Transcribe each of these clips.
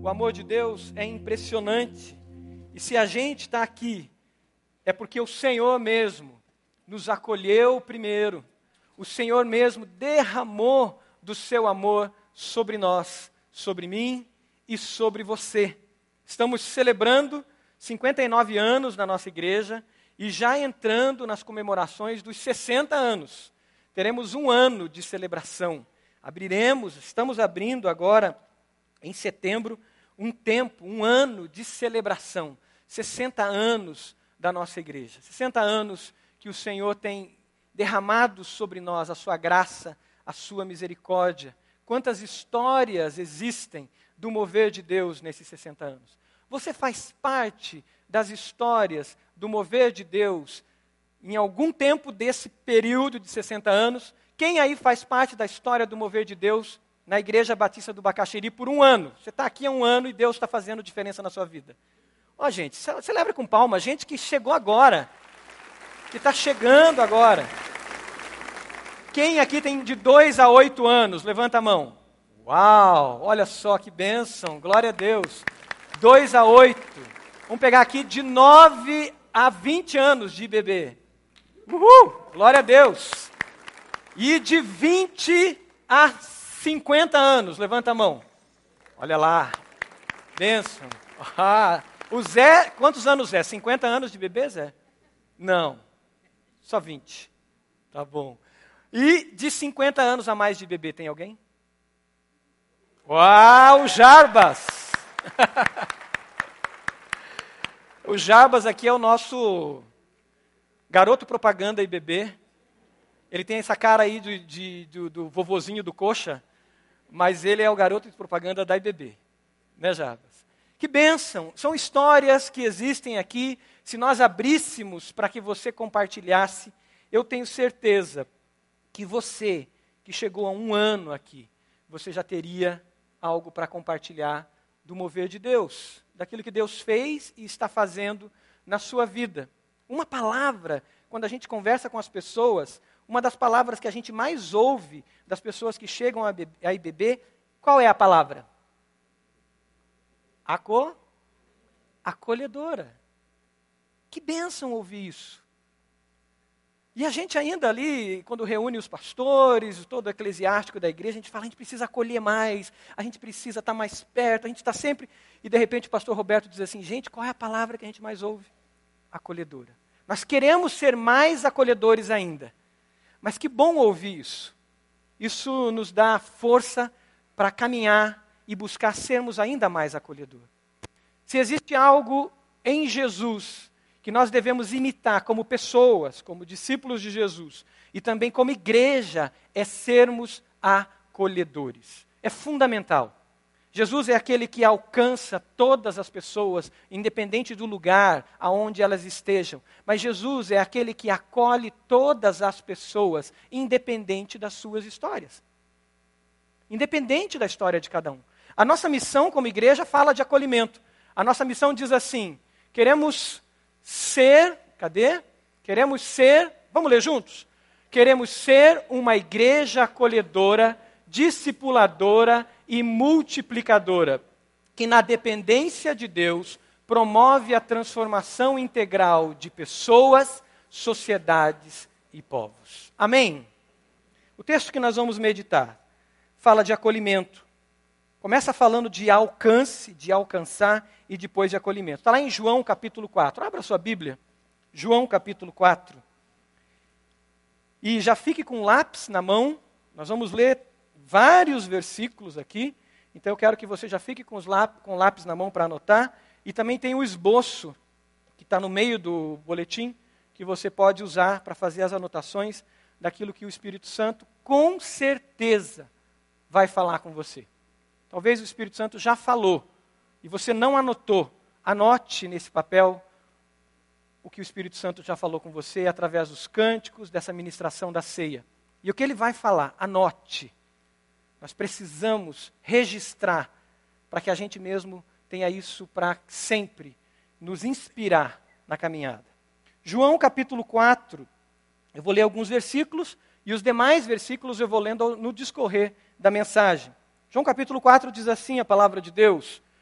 O amor de Deus é impressionante. E se a gente está aqui, é porque o Senhor mesmo nos acolheu primeiro. O Senhor mesmo derramou do seu amor sobre nós, sobre mim e sobre você. Estamos celebrando 59 anos na nossa igreja e já entrando nas comemorações dos 60 anos. Teremos um ano de celebração. Estamos abrindo agora, em setembro, um ano de celebração. 60 anos da nossa igreja. 60 anos que o Senhor tem derramado sobre nós a sua graça, a sua misericórdia. Quantas histórias existem do mover de Deus nesses 60 anos. Você faz parte das histórias do mover de Deus em algum tempo desse período de 60 anos? Quem aí faz parte da história do mover de Deus na Igreja Batista do Bacaxiri por um ano? Você está aqui há um ano e Deus está fazendo diferença na sua vida. Ó, gente, celebra com palmas, gente que chegou agora, que está chegando agora. Quem aqui tem de 2 a 8 anos? Levanta a mão. Uau, olha só que bênção, glória a Deus. 2 a 8. Vamos pegar aqui de 9 a 20 anos de bebê. Uhul, glória a Deus. E de 20 a 50 anos, levanta a mão. Olha lá, bênção. O Zé, quantos anos é? 50 anos de bebê, Zé? Não, só 20. Tá bom. E de 50 anos a mais de bebê, tem alguém? Uau, o Jarbas! O Jarbas aqui é o nosso garoto propaganda e bebê. Ele tem essa cara aí do vovozinho do coxa, mas ele é o garoto de propaganda da IBB. Né, Jarbas? Que bênção! São histórias que existem aqui. Se nós abríssemos para que você compartilhasse, eu tenho certeza que você, que chegou a um ano aqui, você já teria algo para compartilhar do mover de Deus, daquilo que Deus fez e está fazendo na sua vida. Uma palavra, quando a gente conversa com as pessoas, uma das palavras que a gente mais ouve das pessoas que chegam a IBB, qual é a palavra? Acolhedora. Que bênção ouvir isso. E a gente ainda ali, quando reúne os pastores, todo o eclesiástico da igreja, a gente fala, a gente precisa acolher mais, a gente precisa estar mais perto, a gente está sempre... E de repente o pastor Roberto diz assim, gente, qual é a palavra que a gente mais ouve? Acolhedora. Nós queremos ser mais acolhedores ainda. Mas que bom ouvir isso. Isso nos dá força para caminhar e buscar sermos ainda mais acolhedores. Se existe algo em Jesus que nós devemos imitar como pessoas, como discípulos de Jesus, e também como igreja, é sermos acolhedores. É fundamental. Jesus é aquele que alcança todas as pessoas, independente do lugar aonde elas estejam. Mas Jesus é aquele que acolhe todas as pessoas, independente das suas histórias. Independente da história de cada um. A nossa missão como igreja fala de acolhimento. A nossa missão diz assim, queremos ser, vamos ler juntos? Queremos ser uma igreja acolhedora, discipuladora e multiplicadora, que na dependência de Deus promove a transformação integral de pessoas, sociedades e povos. Amém? O texto que nós vamos meditar fala de acolhimento. Começa falando de alcance, de alcançar e depois de acolhimento. Está lá em João capítulo 4. Abra sua Bíblia. João capítulo 4. E já fique com lápis na mão. Nós vamos ler vários versículos aqui. Então eu quero que você já fique com lápis na mão para anotar. E também tem o esboço, que está no meio do boletim, que você pode usar para fazer as anotações daquilo que o Espírito Santo, com certeza, vai falar com você. Talvez o Espírito Santo já falou, e você não anotou. Anote nesse papel o que o Espírito Santo já falou com você através dos cânticos, dessa ministração da ceia. E o que ele vai falar, anote. Nós precisamos registrar para que a gente mesmo tenha isso para sempre nos inspirar na caminhada. João capítulo 4, eu vou ler alguns versículos e os demais versículos eu vou lendo no discorrer da mensagem. João capítulo 4 diz assim a palavra de Deus: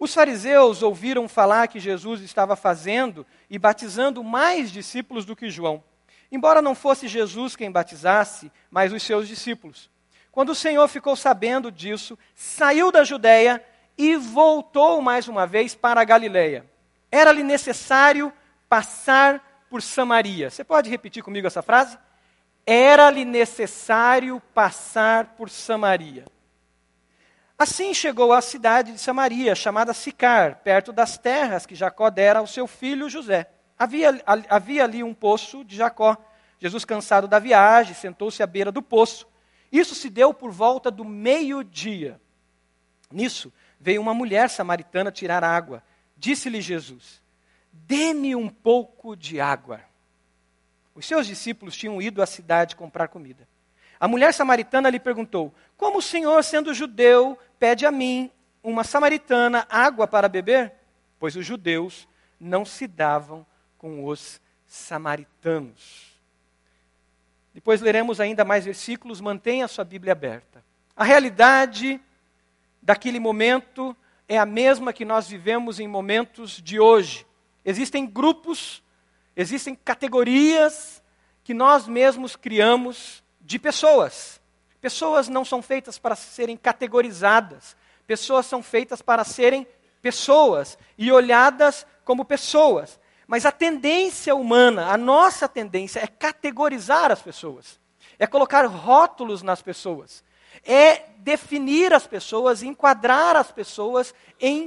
Os fariseus ouviram falar que Jesus estava fazendo e batizando mais discípulos do que João, embora não fosse Jesus quem batizasse, mas os seus discípulos. Quando o Senhor ficou sabendo disso, saiu da Judéia e voltou mais uma vez para a Galileia. Era-lhe necessário passar por Samaria. Você pode repetir comigo essa frase? Era-lhe necessário passar por Samaria. Assim chegou à cidade de Samaria, chamada Sicar, perto das terras que Jacó dera ao seu filho José. Havia ali um poço de Jacó. Jesus, cansado da viagem, sentou-se à beira do poço. Isso se deu por volta do meio-dia. Nisso, veio uma mulher samaritana tirar água. Disse-lhe Jesus: dê-me um pouco de água. Os seus discípulos tinham ido à cidade comprar comida. A mulher samaritana lhe perguntou: como o Senhor, sendo judeu, pede a mim, uma samaritana, água para beber? Pois os judeus não se davam com os samaritanos. Depois leremos ainda mais versículos, mantenha a sua Bíblia aberta. A realidade daquele momento é a mesma que nós vivemos em momentos de hoje. Existem grupos, existem categorias que nós mesmos criamos de pessoas. Pessoas não são feitas para serem categorizadas. Pessoas são feitas para serem pessoas e olhadas como pessoas. Mas a tendência humana, a nossa tendência é categorizar as pessoas. É colocar rótulos nas pessoas. É definir as pessoas, enquadrar as pessoas em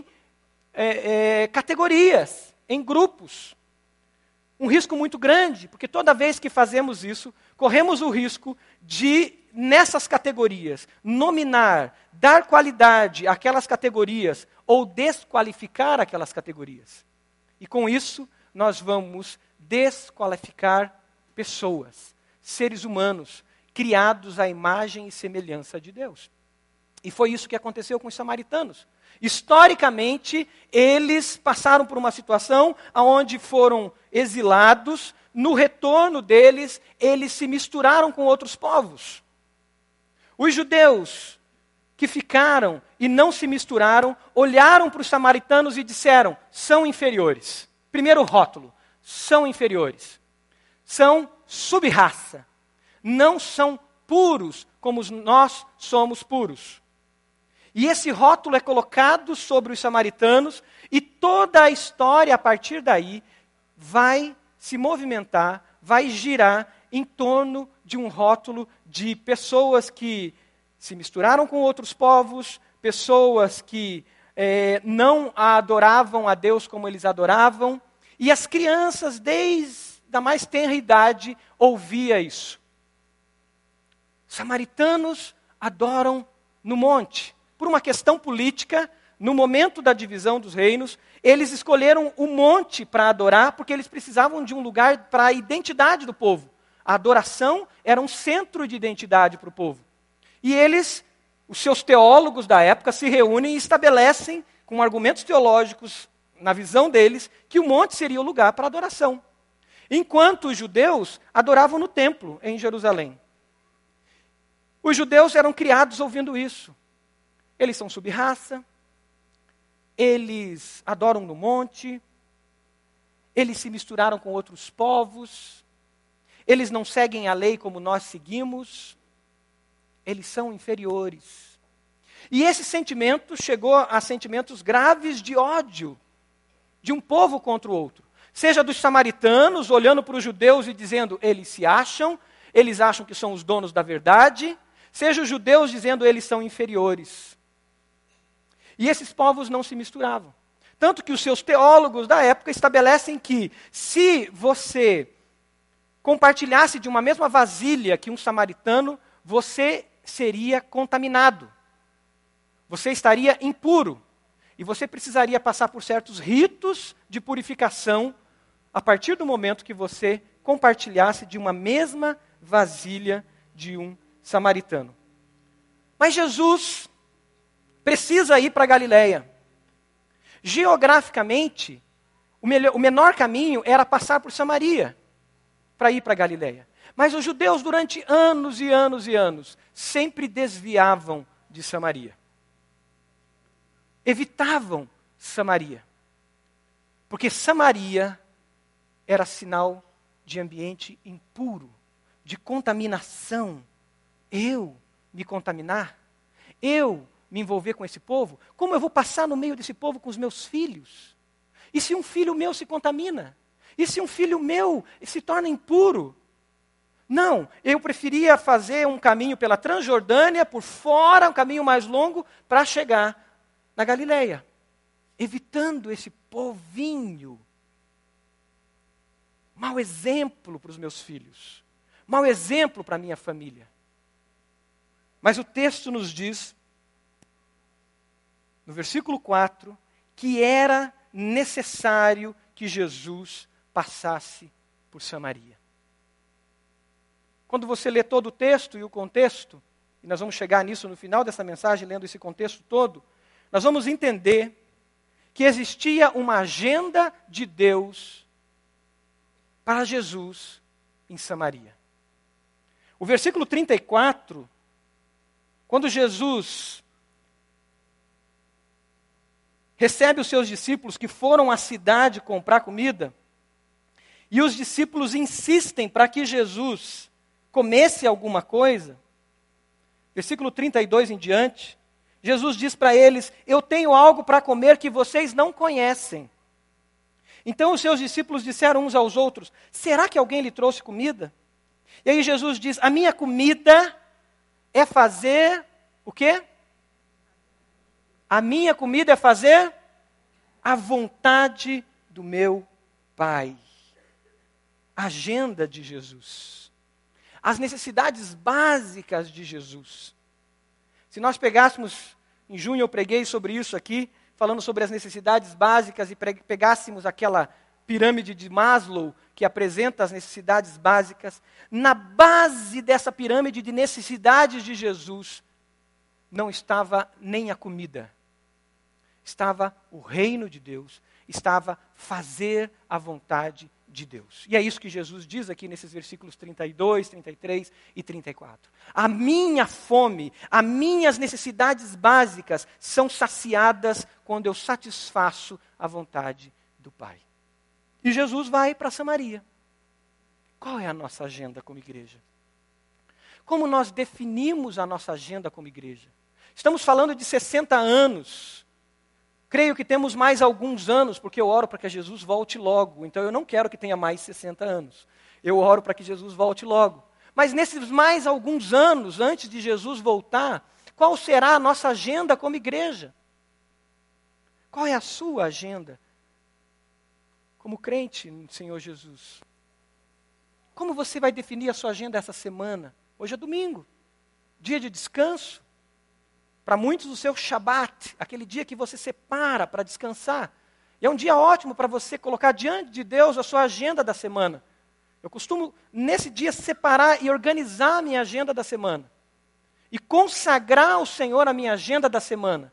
categorias, em grupos. Um risco muito grande, porque toda vez que fazemos isso, corremos o risco de, nessas categorias, nominar, dar qualidade àquelas categorias ou desqualificar aquelas categorias. E com isso, nós vamos desqualificar pessoas, seres humanos, criados à imagem e semelhança de Deus. E foi isso que aconteceu com os samaritanos. Historicamente, eles passaram por uma situação onde foram exilados. No retorno deles, eles se misturaram com outros povos. Os judeus que ficaram e não se misturaram, olharam para os samaritanos e disseram: são inferiores. Primeiro rótulo, são inferiores. São sub-raça. Não são puros como nós somos puros. E esse rótulo é colocado sobre os samaritanos e toda a história a partir daí vai se movimentar, vai girar em torno de um rótulo de pessoas que se misturaram com outros povos, pessoas que não adoravam a Deus como eles adoravam, e as crianças, desde a mais tenra idade, ouvia isso. Samaritanos adoram no monte. Por uma questão política, no momento da divisão dos reinos, eles escolheram o monte para adorar, porque eles precisavam de um lugar para a identidade do povo. A adoração era um centro de identidade para o povo. E eles, os seus teólogos da época, se reúnem e estabelecem, com argumentos teológicos, na visão deles, que o monte seria o lugar para a adoração. Enquanto os judeus adoravam no templo, em Jerusalém. Os judeus eram criados ouvindo isso. Eles são sub-raça, eles adoram no monte, eles se misturaram com outros povos, eles não seguem a lei como nós seguimos, eles são inferiores. E esse sentimento chegou a sentimentos graves de ódio de um povo contra o outro. Seja dos samaritanos, olhando para os judeus e dizendo: eles se acham, eles acham que são os donos da verdade, seja os judeus dizendo: eles são inferiores. E esses povos não se misturavam. Tanto que os seus teólogos da época estabelecem que, se você compartilhasse de uma mesma vasilha que um samaritano, você seria contaminado. Você estaria impuro. E você precisaria passar por certos ritos de purificação a partir do momento que você compartilhasse de uma mesma vasilha de um samaritano. Mas Jesus precisa ir para a Galileia. Geograficamente, o menor caminho era passar por Samaria para ir para a Galileia. Mas os judeus, durante anos e anos e anos, sempre desviavam de Samaria. Evitavam Samaria. Porque Samaria era sinal de ambiente impuro, de contaminação. Eu me contaminar? Eu me envolver com esse povo? Como eu vou passar no meio desse povo com os meus filhos? E se um filho meu se contamina? E se um filho meu se torna impuro? Não, eu preferia fazer um caminho pela Transjordânia, por fora, um caminho mais longo, para chegar na Galileia, evitando esse povinho. Mau exemplo para os meus filhos, mau exemplo para a minha família. Mas o texto nos diz, no versículo 4, que era necessário que Jesus passasse por Samaria. Quando você lê todo o texto e o contexto, e nós vamos chegar nisso no final dessa mensagem, lendo esse contexto todo, nós vamos entender que existia uma agenda de Deus para Jesus em Samaria. O versículo 34, quando Jesus recebe os seus discípulos que foram à cidade comprar comida, e os discípulos insistem para que Jesus comesse alguma coisa, versículo 32 em diante, Jesus diz para eles: eu tenho algo para comer que vocês não conhecem. Então os seus discípulos disseram uns aos outros: será que alguém lhe trouxe comida? E aí Jesus diz: a minha comida é fazer o quê? A minha comida é fazer a vontade do meu Pai. A agenda de Jesus. As necessidades básicas de Jesus. Se nós pegássemos, em junho eu preguei sobre isso aqui, falando sobre as necessidades básicas, e pegássemos aquela pirâmide de Maslow, que apresenta as necessidades básicas, na base dessa pirâmide de necessidades de Jesus, não estava nem a comida. Estava o reino de Deus, estava fazer a vontade de Deus. E é isso que Jesus diz aqui nesses versículos 32, 33 e 34. A minha fome, as minhas necessidades básicas são saciadas quando eu satisfaço a vontade do Pai. E Jesus vai para Samaria. Qual é a nossa agenda como igreja? Como nós definimos a nossa agenda como igreja? Estamos falando de 60 anos. Creio que temos mais alguns anos, porque eu oro para que Jesus volte logo. Então eu não quero que tenha mais 60 anos. Eu oro para que Jesus volte logo. Mas nesses mais alguns anos, antes de Jesus voltar, qual será a nossa agenda como igreja? Qual é a sua agenda como crente no Senhor Jesus? Como você vai definir a sua agenda essa semana? Hoje é domingo, dia de descanso. Para muitos, o seu Shabat, aquele dia que você separa para descansar. E é um dia ótimo para você colocar diante de Deus a sua agenda da semana. Eu costumo, nesse dia, separar e organizar a minha agenda da semana. E consagrar ao Senhor a minha agenda da semana.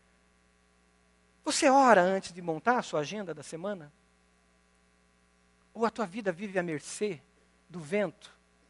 Você ora antes de montar a sua agenda da semana? Ou a tua vida vive à mercê do vento?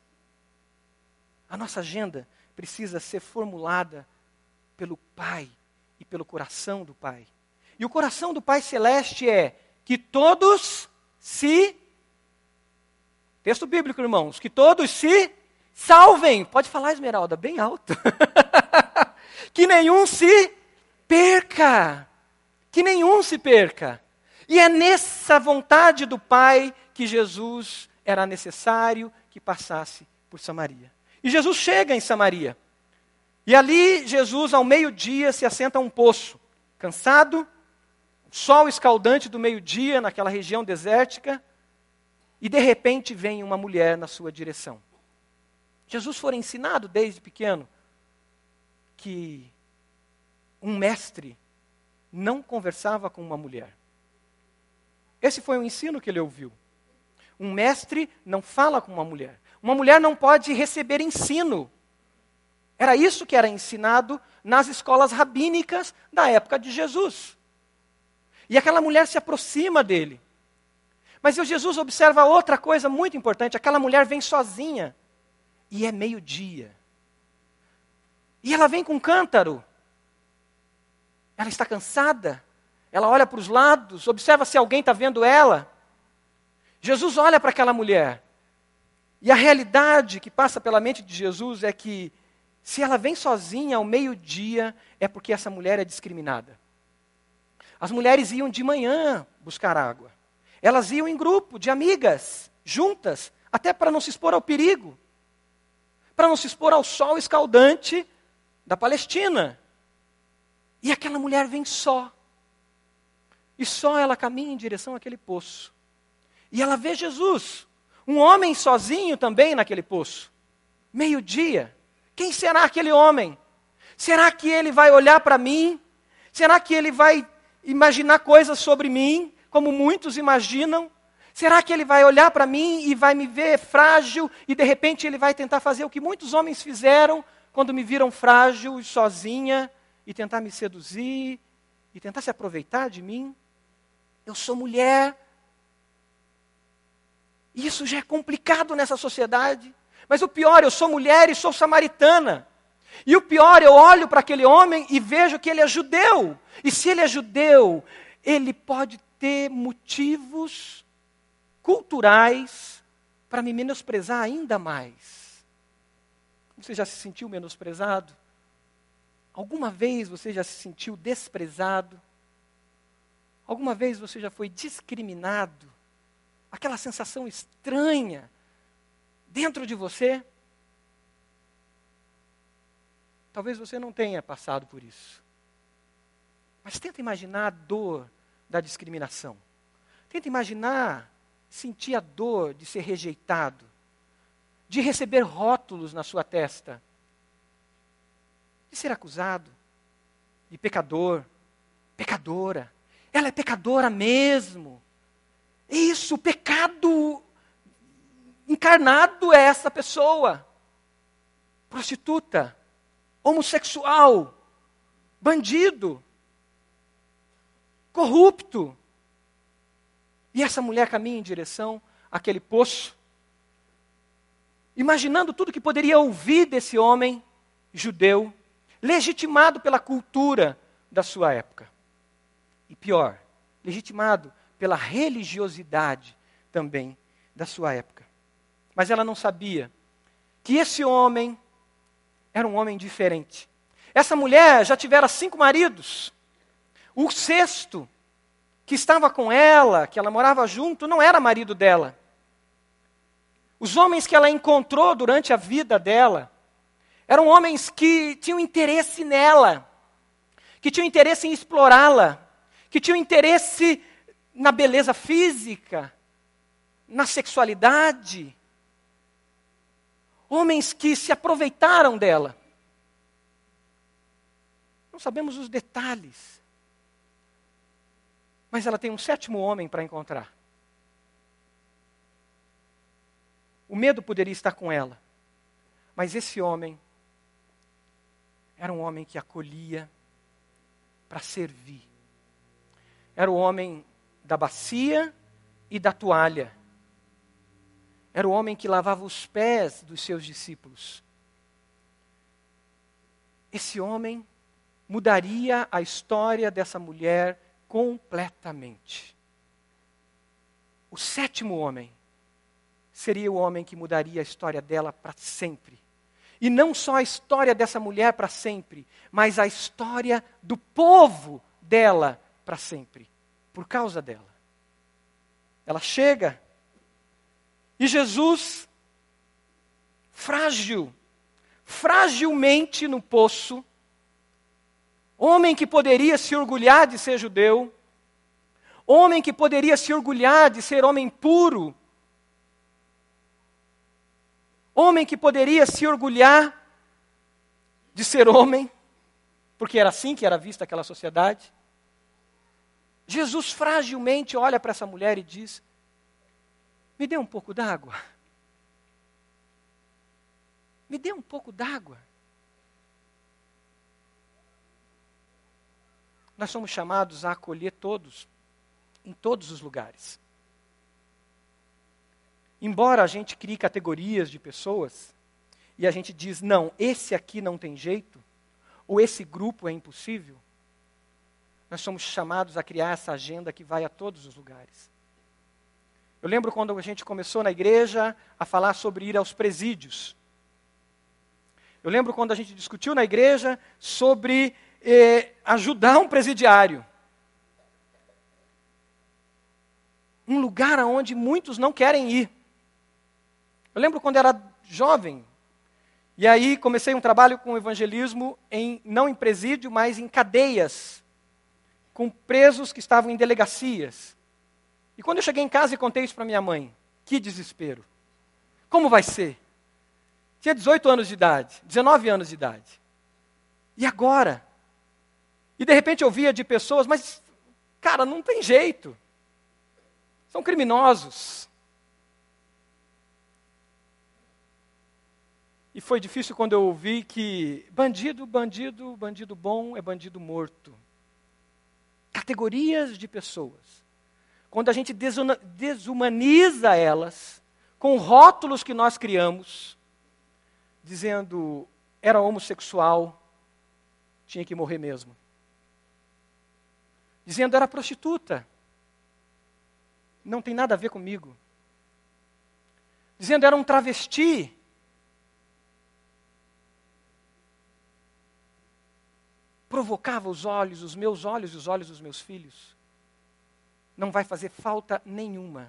A nossa agenda precisa ser formulada pelo Pai e pelo coração do Pai. E o coração do Pai Celeste é que todos se... Texto bíblico, irmãos. Que todos se salvem. Pode falar, Esmeralda, bem alto. Que nenhum se perca. Que nenhum se perca. E é nessa vontade do Pai que Jesus era necessário que passasse por Samaria. E Jesus chega em Samaria. E ali Jesus, ao meio-dia, se assenta a um poço, cansado, sol escaldante do meio-dia, naquela região desértica, e de repente vem uma mulher na sua direção. Jesus foi ensinado desde pequeno que um mestre não conversava com uma mulher. Esse foi o ensino que ele ouviu. Um mestre não fala com uma mulher. Uma mulher não pode receber ensino. Era isso que era ensinado nas escolas rabínicas da época de Jesus. E aquela mulher se aproxima dele. Mas Jesus observa outra coisa muito importante. Aquela mulher vem sozinha. E é meio-dia. E ela vem com um cântaro. Ela está cansada. ela olha para os lados, observa se alguém está vendo ela. Jesus olha para aquela mulher. E a realidade que passa pela mente de Jesus é que, se ela vem sozinha ao meio-dia, é porque essa mulher é discriminada. As mulheres iam de manhã buscar água. Elas iam em grupo, de amigas, juntas, até para não se expor ao perigo. Para não se expor ao sol escaldante da Palestina. E aquela mulher vem só. E só ela caminha em direção àquele poço. E ela vê Jesus, um homem sozinho também naquele poço. Meio-dia. Quem será aquele homem? Será que ele vai olhar para mim? Será que ele vai imaginar coisas sobre mim, como muitos imaginam? Será que ele vai olhar para mim e vai me ver frágil e de repente ele vai tentar fazer o que muitos homens fizeram quando me viram frágil e sozinha e tentar me seduzir e tentar se aproveitar de mim? Eu sou mulher. Isso já é complicado nessa sociedade. Mas o pior, eu sou mulher e sou samaritana. E o pior, eu olho para aquele homem e vejo que ele é judeu. E se ele é judeu, ele pode ter motivos culturais para me menosprezar ainda mais. Você já se sentiu menosprezado? Alguma vez você já se sentiu desprezado? Alguma vez você já foi discriminado? Aquela sensação estranha dentro de você? Talvez você não tenha passado por isso. Mas tenta imaginar a dor da discriminação. Tenta imaginar, sentir a dor de ser rejeitado, de receber rótulos na sua testa, de ser acusado de pecador, pecadora. Ela é pecadora mesmo. Isso, o pecado encarnado é essa pessoa. Prostituta, homossexual, bandido, corrupto. E essa mulher caminha em direção àquele poço, imaginando tudo que poderia ouvir desse homem judeu, legitimado pela cultura da sua época. E pior, legitimado pela religiosidade também da sua época. Mas ela não sabia que esse homem era um homem diferente. Essa mulher já tivera 5 maridos. O 6º, que estava com ela, que ela morava junto, não era marido dela. Os homens que ela encontrou durante a vida dela eram homens que tinham interesse nela, que tinham interesse em explorá-la, que tinham interesse na beleza física, na sexualidade. Homens que se aproveitaram dela. Não sabemos os detalhes. Mas ela tem um 7º homem para encontrar. O medo poderia estar com ela. Mas esse homem era um homem que acolhia para servir. Era o homem da bacia e da toalha. Era o homem que lavava os pés dos seus discípulos. Esse homem mudaria a história dessa mulher completamente. O 7º homem seria o homem que mudaria a história dela para sempre. E não só a história dessa mulher para sempre, mas a história do povo dela para sempre, por causa dela. Ela chega e Jesus, fragilmente no poço, homem que poderia se orgulhar de ser judeu, homem que poderia se orgulhar de ser homem puro, homem que poderia se orgulhar de ser homem, porque era assim que era vista aquela sociedade. Jesus fragilmente olha para essa mulher e diz: me dê um pouco d'água. Me dê um pouco d'água. Nós somos chamados a acolher todos, em todos os lugares. Embora a gente crie categorias de pessoas, e a gente diz, não, esse aqui não tem jeito, ou esse grupo é impossível, nós somos chamados a criar essa agenda que vai a todos os lugares. Eu lembro quando a gente começou na igreja a falar sobre ir aos presídios. Eu lembro quando a gente discutiu na igreja sobre ajudar um presidiário. Um lugar onde muitos não querem ir. Eu lembro quando era jovem, e aí comecei um trabalho com evangelismo, não em presídio, mas em cadeias, com presos que estavam em delegacias. E quando eu cheguei em casa e contei isso para minha mãe, que desespero. Como vai ser? Tinha 18 anos de idade, 19 anos de idade. E agora? E de repente eu via de pessoas, mas, cara, não tem jeito. São criminosos. E foi difícil quando eu ouvi que bandido bom é bandido morto. Categorias de pessoas. Quando a gente desumaniza elas, com rótulos que nós criamos, dizendo, era homossexual, tinha que morrer mesmo. Dizendo, era prostituta, não tem nada a ver comigo. Dizendo, era um travesti, provocava os meus olhos e os olhos dos meus filhos. Não vai fazer falta nenhuma.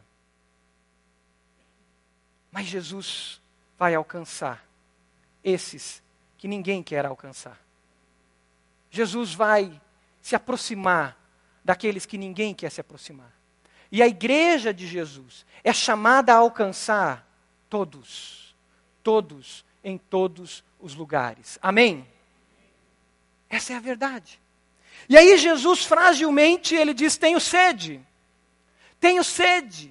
Mas Jesus vai alcançar esses que ninguém quer alcançar. Jesus vai se aproximar daqueles que ninguém quer se aproximar. E a igreja de Jesus é chamada a alcançar todos, em todos os lugares. Amém? Essa é a verdade. E aí Jesus fragilmente, ele diz, tenho sede. Tenho sede.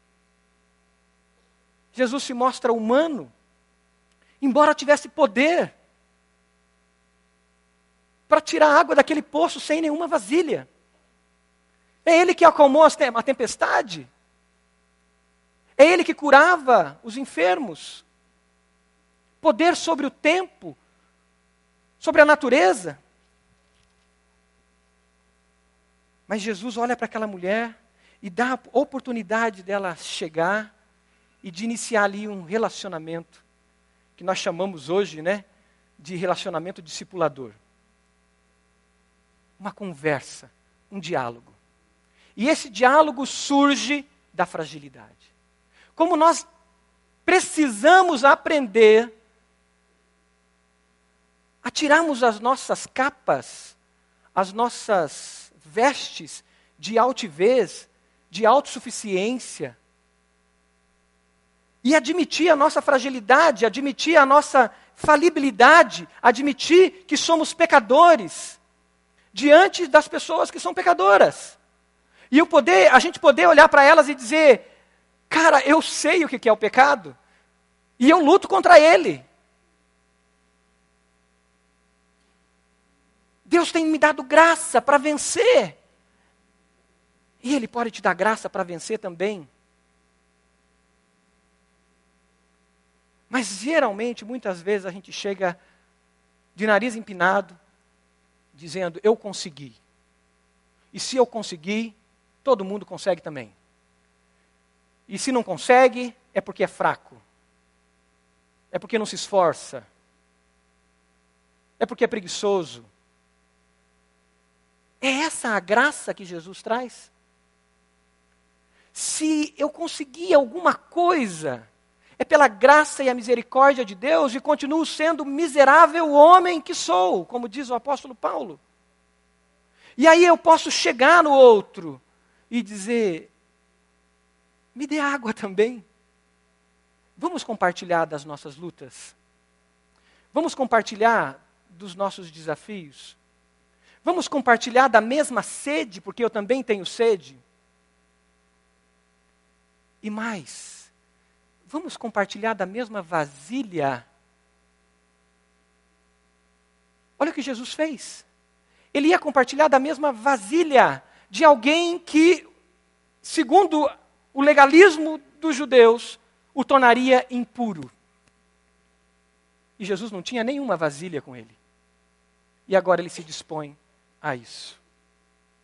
Jesus se mostra humano, embora tivesse poder para tirar água daquele poço sem nenhuma vasilha. É Ele que acalmou a tempestade. É Ele que curava os enfermos. Poder sobre o tempo, sobre a natureza. Mas Jesus olha para aquela mulher e dá a oportunidade dela chegar e de iniciar ali um relacionamento, que nós chamamos hoje, de relacionamento discipulador. Uma conversa, um diálogo. E esse diálogo surge da fragilidade. Como nós precisamos aprender a tirarmos as nossas capas, as nossas vestes de altivez, de autossuficiência, e admitir a nossa fragilidade, admitir a nossa falibilidade, admitir que somos pecadores diante das pessoas que são pecadoras. E a gente poder olhar para elas e dizer, cara, eu sei o que é o pecado, e eu luto contra ele. Deus tem me dado graça para vencer. E Ele pode te dar graça para vencer também. Mas geralmente, muitas vezes, a gente chega de nariz empinado, dizendo, eu consegui. E se eu conseguir, todo mundo consegue também. E se não consegue, é porque é fraco. É porque não se esforça. É porque é preguiçoso. É essa a graça que Jesus traz? Se eu conseguir alguma coisa, é pela graça e a misericórdia de Deus e continuo sendo miserável homem que sou, como diz o apóstolo Paulo. E aí eu posso chegar no outro e dizer, me dê água também. Vamos compartilhar das nossas lutas. Vamos compartilhar dos nossos desafios. Vamos compartilhar da mesma sede, porque eu também tenho sede. E mais, vamos compartilhar da mesma vasilha. Olha o que Jesus fez. Ele ia compartilhar da mesma vasilha de alguém que, segundo o legalismo dos judeus, o tornaria impuro. E Jesus não tinha nenhuma vasilha com ele. E agora ele se dispõe a isso.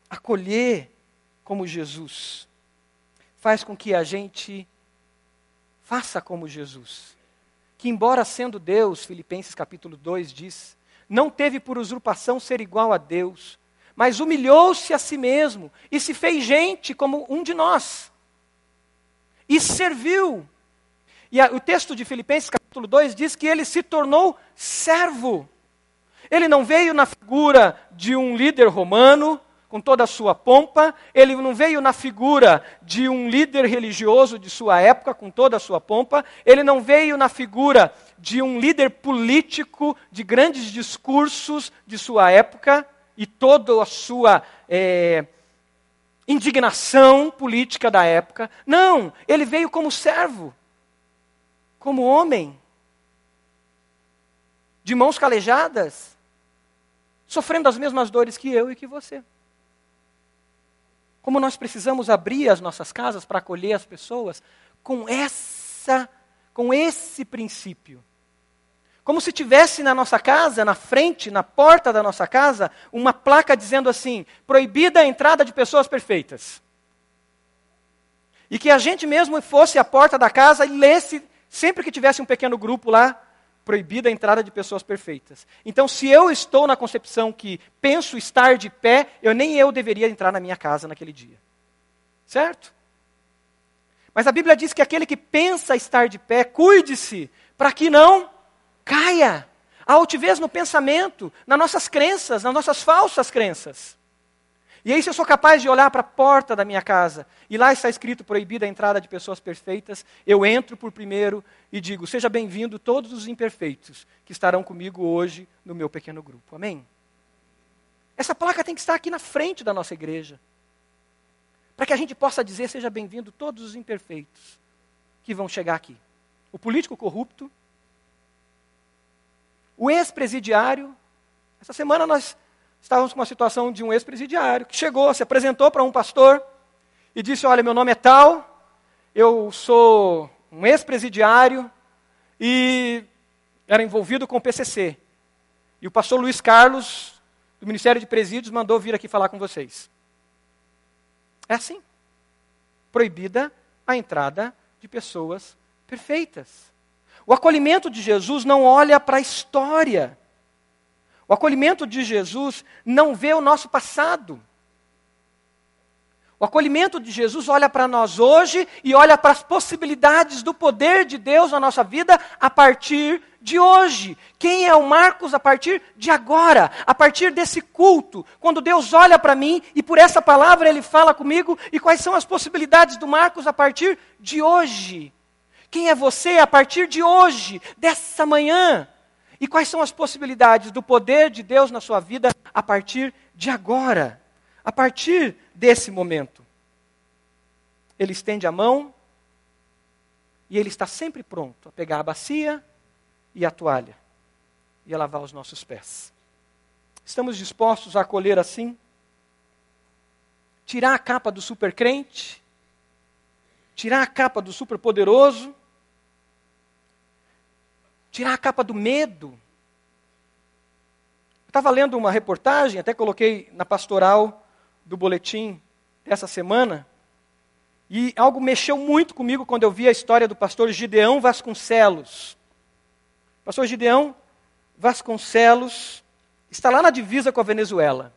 acolher como Jesus faz com que a gente faça como Jesus. Que embora sendo Deus, Filipenses capítulo 2 diz, não teve por usurpação ser igual a Deus, mas humilhou-se a si mesmo e se fez gente como um de nós. E serviu. E o texto de Filipenses capítulo 2 diz que ele se tornou servo. Ele não veio na figura de um líder romano, com toda a sua pompa, ele não veio na figura de um líder religioso de sua época, com toda a sua pompa, ele não veio na figura de um líder político de grandes discursos de sua época e toda a sua indignação política da época. Não, ele veio como servo, como homem, de mãos calejadas, sofrendo as mesmas dores que eu e que você. Como nós precisamos abrir as nossas casas para acolher as pessoas com esse princípio. Como se tivesse na nossa casa, na frente, na porta da nossa casa, uma placa dizendo assim, proibida a entrada de pessoas perfeitas. E que a gente mesmo fosse à porta da casa e lesse, sempre que tivesse um pequeno grupo lá, proibida a entrada de pessoas perfeitas. Então, se eu estou na concepção que penso estar de pé, nem eu deveria entrar na minha casa naquele dia. Certo? Mas a Bíblia diz que aquele que pensa estar de pé, cuide-se, para que não caia. A altivez no pensamento, nas nossas crenças, nas nossas falsas crenças. E aí, se eu sou capaz de olhar para a porta da minha casa, e lá está escrito proibida a entrada de pessoas perfeitas, eu entro por primeiro e digo, seja bem-vindo todos os imperfeitos que estarão comigo hoje no meu pequeno grupo. Amém? Essa placa tem que estar aqui na frente da nossa igreja, para que a gente possa dizer, seja bem-vindo todos os imperfeitos que vão chegar aqui. O político corrupto, o ex-presidiário. Essa semana nós estávamos com uma situação de um ex-presidiário que chegou, se apresentou para um pastor e disse, olha, meu nome é tal, eu sou um ex-presidiário e era envolvido com o PCC. E o pastor Luiz Carlos, do Ministério de Presídios, mandou vir aqui falar com vocês. É assim. Proibida a entrada de pessoas perfeitas. O acolhimento de Jesus não olha para a história. O acolhimento de Jesus não vê o nosso passado. O acolhimento de Jesus olha para nós hoje e olha para as possibilidades do poder de Deus na nossa vida a partir de hoje. Quem é o Marcos a partir de agora, a partir desse culto, quando Deus olha para mim e por essa palavra Ele fala comigo, e quais são as possibilidades do Marcos a partir de hoje? Quem é você a partir de hoje, dessa manhã? E quais são as possibilidades do poder de Deus na sua vida a partir de agora? A partir desse momento. Ele estende a mão e Ele está sempre pronto a pegar a bacia e a toalha e a lavar os nossos pés. Estamos dispostos a acolher assim? Tirar a capa do supercrente? Tirar a capa do superpoderoso? Tirar a capa do medo? Eu estava lendo uma reportagem, até coloquei na pastoral do boletim dessa semana, e algo mexeu muito comigo quando eu vi a história do pastor Gideão Vasconcelos. O pastor Gideão Vasconcelos está lá na divisa com a Venezuela.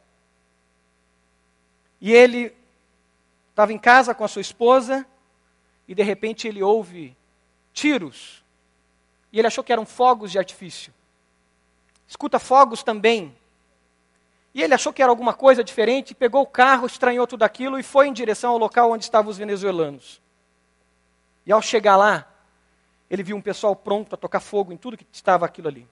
E ele estava em casa com a sua esposa, e de repente ele ouve tiros. E ele achou que eram fogos de artifício. Escuta fogos também. E ele achou que era alguma coisa diferente, pegou o carro, estranhou tudo aquilo e foi em direção ao local onde estavam os venezuelanos. E ao chegar lá, ele viu um pessoal pronto para tocar fogo em tudo que estava aquilo ali.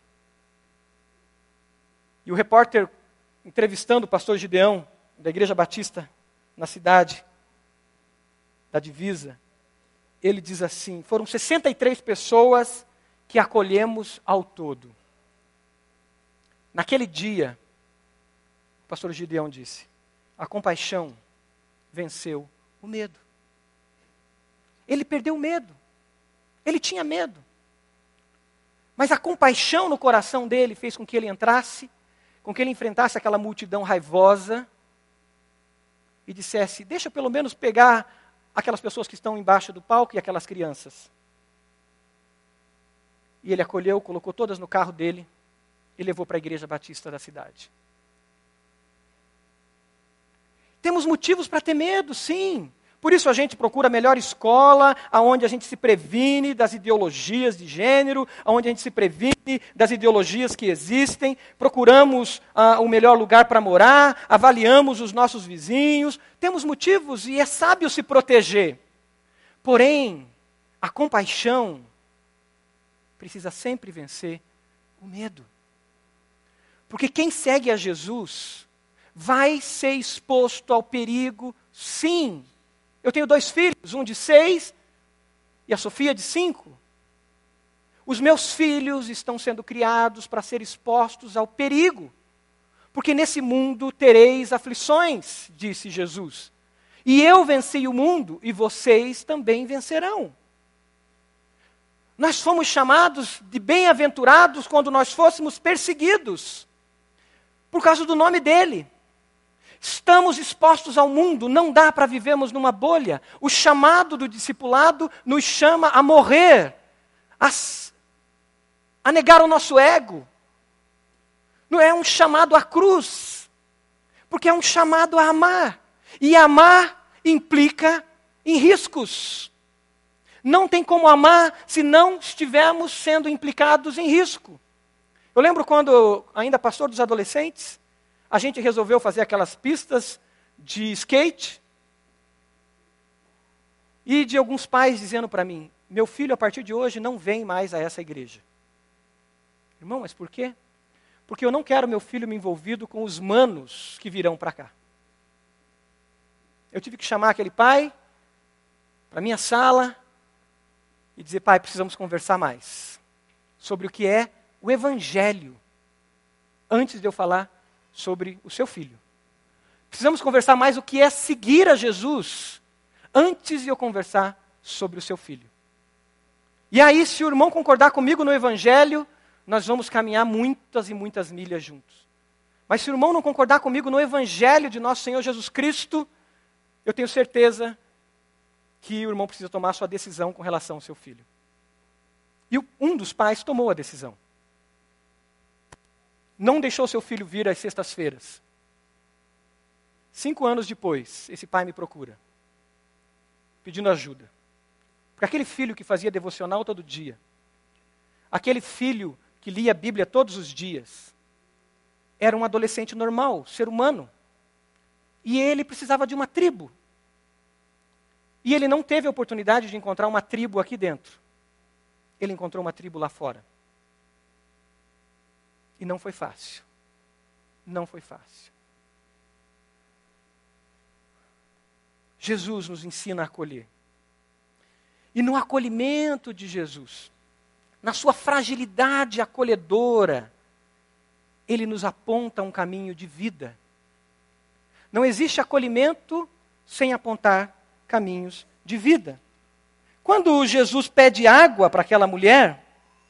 E o repórter, entrevistando o pastor Gideão, da Igreja Batista, na cidade da divisa, ele diz assim, foram 63 pessoas que acolhemos ao todo. Naquele dia, o pastor Gideão disse, a compaixão venceu o medo. Ele perdeu o medo. Ele tinha medo. Mas a compaixão no coração dele fez com que ele entrasse, com que ele enfrentasse aquela multidão raivosa e dissesse, deixa eu pelo menos pegar aquelas pessoas que estão embaixo do palco e aquelas crianças. E ele acolheu, colocou todas no carro dele e levou para a igreja batista da cidade. Temos motivos para ter medo, sim. Por isso a gente procura a melhor escola, onde a gente se previne das ideologias de gênero, onde a gente se previne das ideologias que existem, procuramos o melhor lugar para morar, avaliamos os nossos vizinhos, temos motivos e é sábio se proteger. Porém, a compaixão precisa sempre vencer o medo. Porque quem segue a Jesus vai ser exposto ao perigo, sim. Eu tenho 2 filhos, um de 6 e a Sofia de 5. Os meus filhos estão sendo criados para ser expostos ao perigo. Porque nesse mundo tereis aflições, disse Jesus. E eu venci o mundo e vocês também vencerão. Nós fomos chamados de bem-aventurados quando nós fôssemos perseguidos, por causa do nome dele. Estamos expostos ao mundo, não dá para vivermos numa bolha. O chamado do discipulado nos chama a morrer, a negar o nosso ego. Não é um chamado à cruz, porque é um chamado a amar. E amar implica em riscos. Não tem como amar se não estivermos sendo implicados em risco. Eu lembro quando, ainda pastor dos adolescentes, a gente resolveu fazer aquelas pistas de skate. E de alguns pais dizendo para mim, meu filho a partir de hoje não vem mais a essa igreja. Irmão, mas por quê? Porque eu não quero meu filho me envolvido com os manos que virão para cá. Eu tive que chamar aquele pai para minha sala e dizer, pai, precisamos conversar mais sobre o que é o evangelho, antes de eu falar sobre o seu filho. Precisamos conversar mais o que é seguir a Jesus, antes de eu conversar sobre o seu filho. E aí, se o irmão concordar comigo no evangelho, nós vamos caminhar muitas e muitas milhas juntos. Mas se o irmão não concordar comigo no evangelho de nosso Senhor Jesus Cristo, eu tenho certeza que o irmão precisa tomar a sua decisão com relação ao seu filho. E um dos pais tomou a decisão. Não deixou seu filho vir às sextas-feiras. 5 anos depois, esse pai me procura, pedindo ajuda. Porque aquele filho que fazia devocional todo dia, aquele filho que lia a Bíblia todos os dias, era um adolescente normal, ser humano. E ele precisava de uma tribo. E ele não teve a oportunidade de encontrar uma tribo aqui dentro. Ele encontrou uma tribo lá fora. E não foi fácil. Não foi fácil. Jesus nos ensina a acolher. E no acolhimento de Jesus, na sua fragilidade acolhedora, ele nos aponta um caminho de vida. Não existe acolhimento sem apontar caminhos de vida. Quando Jesus pede água para aquela mulher,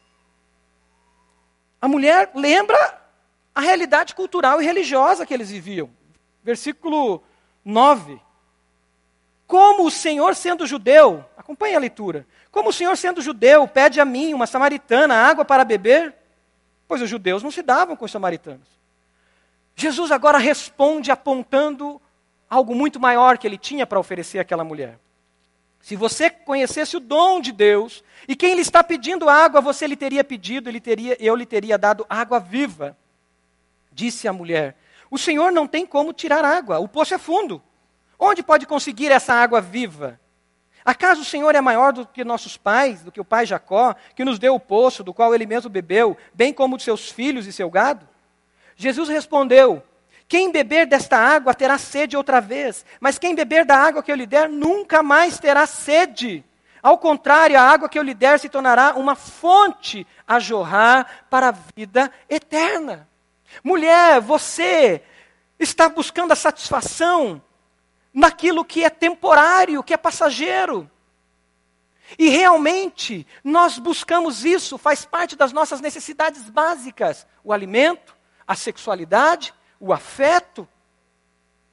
a mulher lembra a realidade cultural e religiosa que eles viviam. Versículo 9. Como o Senhor sendo judeu, acompanhe a leitura. Como o Senhor sendo judeu pede a mim, uma samaritana, água para beber? Pois os judeus não se davam com os samaritanos. Jesus agora responde apontando algo muito maior que ele tinha para oferecer àquela mulher. Se você conhecesse o dom de Deus, e quem lhe está pedindo água, você lhe teria pedido, eu lhe teria dado água viva. Disse a mulher, o Senhor não tem como tirar água, o poço é fundo. Onde pode conseguir essa água viva? Acaso o Senhor é maior do que nossos pais, do que o pai Jacó, que nos deu o poço, do qual ele mesmo bebeu, bem como de seus filhos e seu gado? Jesus respondeu, quem beber desta água terá sede outra vez, mas quem beber da água que eu lhe der nunca mais terá sede. Ao contrário, a água que eu lhe der se tornará uma fonte a jorrar para a vida eterna. Mulher, você está buscando a satisfação naquilo que é temporário, que é passageiro. E realmente, nós buscamos isso, faz parte das nossas necessidades básicas. O alimento, a sexualidade, o afeto,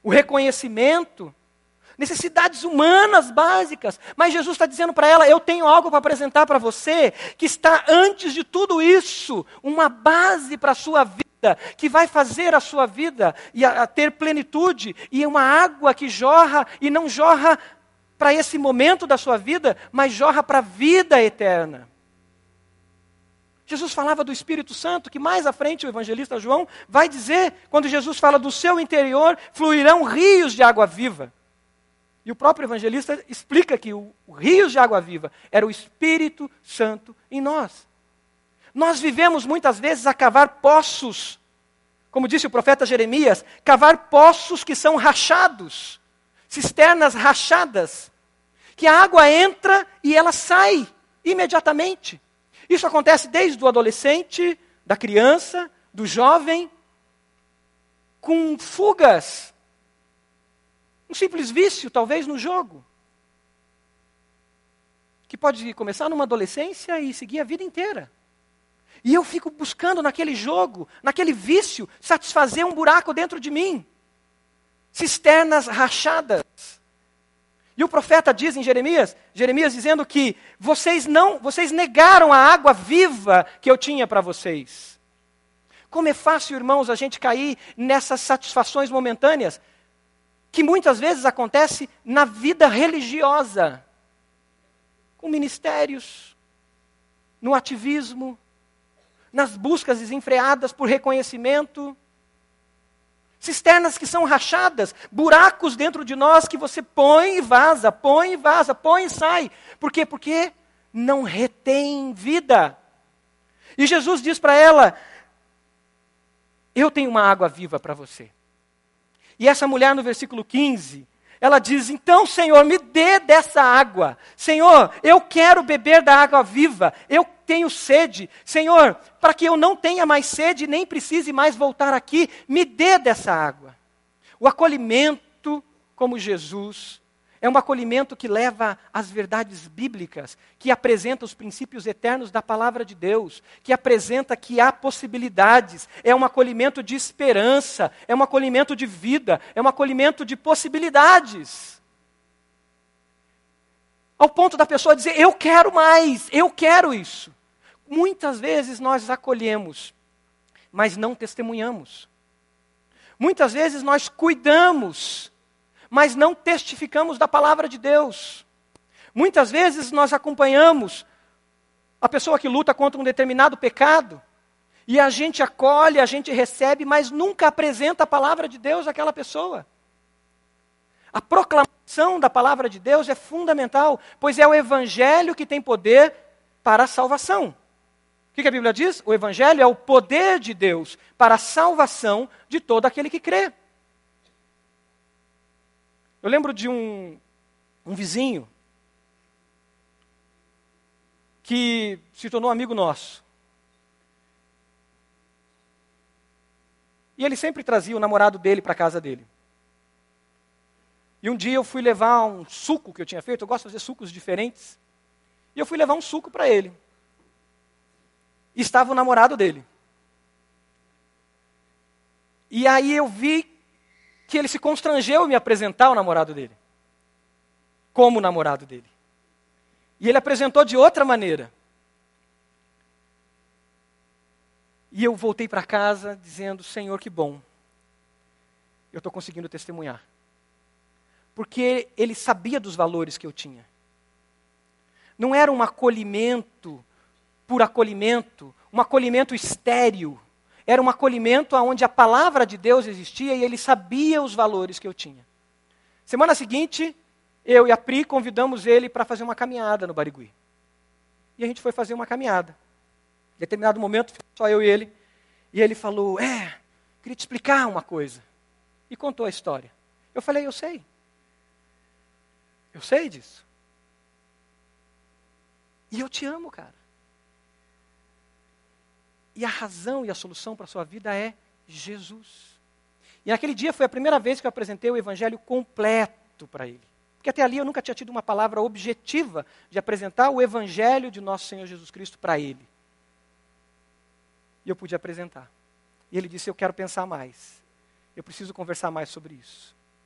o reconhecimento, necessidades humanas básicas. Mas Jesus está dizendo para ela, eu tenho algo para apresentar para você, que está antes de tudo isso, uma base para a sua vida, que vai fazer a sua vida a ter plenitude, e uma água que jorra, e não jorra para esse momento da sua vida, mas jorra para a vida eterna. Jesus falava do Espírito Santo, que mais à frente o evangelista João vai dizer, quando Jesus fala do seu interior, fluirão rios de água viva. E o próprio evangelista explica que o rios de água viva era o Espírito Santo em nós. Nós vivemos muitas vezes a cavar poços, como disse o profeta Jeremias, cavar poços que são rachados, cisternas rachadas, que a água entra e ela sai imediatamente. Isso acontece desde o adolescente, da criança, do jovem, com fugas. Um simples vício, talvez, no jogo. Que pode começar numa adolescência e seguir a vida inteira. E eu fico buscando naquele jogo, naquele vício, satisfazer um buraco dentro de mim. Cisternas rachadas. E o profeta diz em Jeremias dizendo que vocês negaram a água viva que eu tinha para vocês. Como é fácil, irmãos, a gente cair nessas satisfações momentâneas, que muitas vezes acontece na vida religiosa, com ministérios, no ativismo, nas buscas desenfreadas por reconhecimento, cisternas que são rachadas, buracos dentro de nós que você põe e vaza, põe e sai. Por quê? Porque não retém vida. E Jesus diz para ela, eu tenho uma água viva para você. E essa mulher no versículo 15, ela diz, então Senhor, me dê dessa água. Senhor, eu quero beber da água viva, eu tenho sede. Senhor, para que eu não tenha mais sede, nem precise mais voltar aqui, me dê dessa água. O acolhimento como Jesus é um acolhimento que leva às verdades bíblicas, que apresenta os princípios eternos da palavra de Deus, que apresenta que há possibilidades, é um acolhimento de esperança, é um acolhimento de vida, é um acolhimento de possibilidades. Ao ponto da pessoa dizer, eu quero mais, eu quero isso. Muitas vezes nós acolhemos, mas não testemunhamos. Muitas vezes nós cuidamos, mas não testificamos da palavra de Deus. Muitas vezes nós acompanhamos a pessoa que luta contra um determinado pecado, e a gente acolhe, a gente recebe, mas nunca apresenta a palavra de Deus àquela pessoa. A proclamação da palavra de Deus é fundamental, pois é o evangelho que tem poder para a salvação. O que a Bíblia diz? O evangelho é o poder de Deus para a salvação de todo aquele que crê. Eu lembro de um vizinho que se tornou amigo nosso. E ele sempre trazia o namorado dele para a casa dele. E um dia eu fui levar um suco que eu tinha feito, eu gosto de fazer sucos diferentes. E eu fui levar um suco para ele. E estava o namorado dele. E aí eu vi que ele se constrangeu em me apresentar o namorado dele. Como o namorado dele. E ele apresentou de outra maneira. E eu voltei para casa dizendo, Senhor, que bom. Eu estou conseguindo testemunhar. Porque ele sabia dos valores que eu tinha. Não era um acolhimento por acolhimento, um acolhimento estéril. Era um acolhimento onde a palavra de Deus existia e ele sabia os valores que eu tinha. Semana seguinte, eu e a Pri convidamos ele para fazer uma caminhada no Barigui. E a gente foi fazer uma caminhada. Em determinado momento, só eu e ele. E ele falou, queria te explicar uma coisa. E contou a história. Eu falei, eu sei. Eu sei disso. E eu te amo, cara. E a razão e a solução para a sua vida é Jesus. E naquele dia foi a primeira vez que eu apresentei o evangelho completo para ele. Porque até ali eu nunca tinha tido uma palavra objetiva de apresentar o evangelho de nosso Senhor Jesus Cristo para ele. E eu pude apresentar. E ele disse, eu quero pensar mais. Eu preciso conversar mais sobre isso.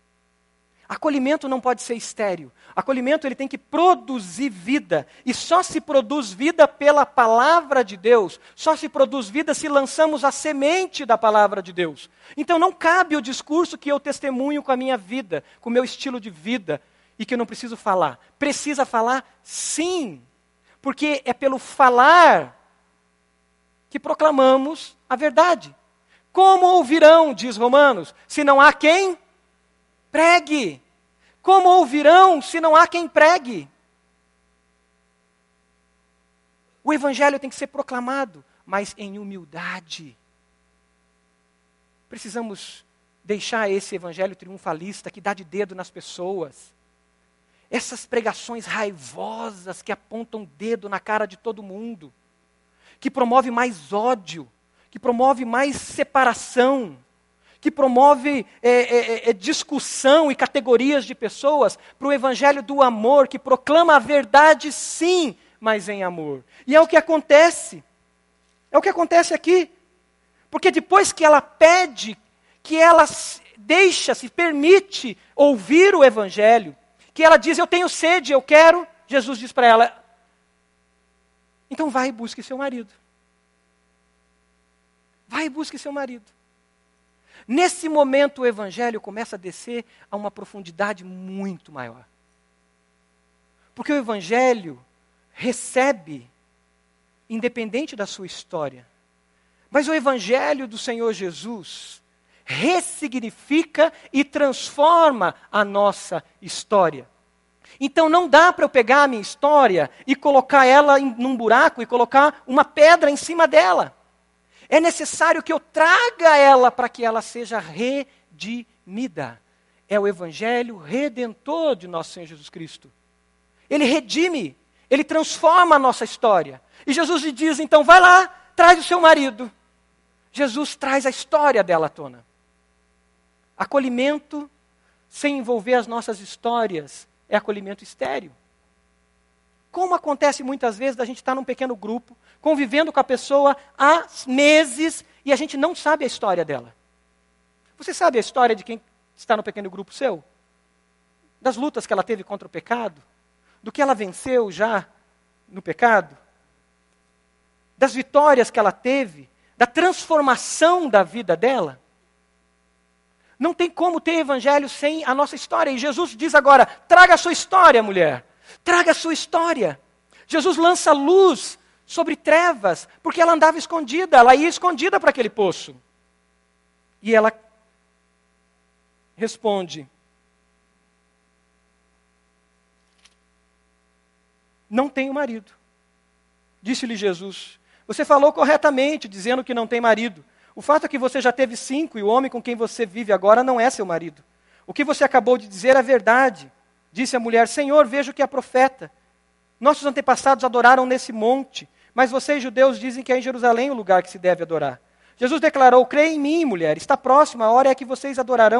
Acolhimento não pode ser estéril. Acolhimento ele tem que produzir vida. E só se produz vida pela palavra de Deus. Só se produz vida se lançamos a semente da palavra de Deus. Então não cabe o discurso que eu testemunho com a minha vida, com o meu estilo de vida, e que eu não preciso falar. Precisa falar sim. Porque é pelo falar que proclamamos a verdade. Como ouvirão, diz Romanos, se não há quem pregue? Como ouvirão se não há quem pregue? O evangelho tem que ser proclamado, mas em humildade. Precisamos deixar esse evangelho triunfalista que dá de dedo nas pessoas. Essas pregações raivosas que apontam dedo na cara de todo mundo, que promove mais ódio, que promove mais separação, que promove discussão e categorias de pessoas, para o evangelho do amor, que proclama a verdade sim, mas em amor. E é o que acontece. É o que acontece aqui. Porque depois que ela pede, que ela se permite ouvir o evangelho, que ela diz, eu tenho sede, eu quero, Jesus diz para ela, então vai e busque seu marido. Vai e busque seu marido. Nesse momento o evangelho começa a descer a uma profundidade muito maior. Porque o evangelho recebe, independente da sua história. Mas o evangelho do Senhor Jesus ressignifica e transforma a nossa história. Então não dá para eu pegar a minha história e colocar ela num buraco e colocar uma pedra em cima dela. É necessário que eu traga ela para que ela seja redimida. É o evangelho redentor de nosso Senhor Jesus Cristo. Ele redime, ele transforma a nossa história. E Jesus lhe diz, então vai lá, traz o seu marido. Jesus traz a história dela à tona. Acolhimento sem envolver as nossas histórias é acolhimento estéril. Como acontece muitas vezes da gente estar num pequeno grupo, convivendo com a pessoa há meses e a gente não sabe a história dela. Você sabe a história de quem está no pequeno grupo seu? Das lutas que ela teve contra o pecado? Do que ela venceu já no pecado? Das vitórias que ela teve? Da transformação da vida dela? Não tem como ter evangelho sem a nossa história. E Jesus diz agora, traga a sua história, mulher. Traga a sua história. Jesus lança luz sobre trevas, porque ela andava escondida, ela ia escondida para aquele poço. E ela responde, não tenho marido. Disse-lhe Jesus, você falou corretamente, dizendo que não tem marido. O fato é que você já teve 5 e o homem com quem você vive agora não é seu marido. O que você acabou de dizer é verdade. Disse a mulher, Senhor, vejo que é profeta. Nossos antepassados adoraram nesse monte, mas vocês judeus dizem que é em Jerusalém o lugar que se deve adorar. Jesus declarou, creia em mim, mulher, está próxima a hora em que vocês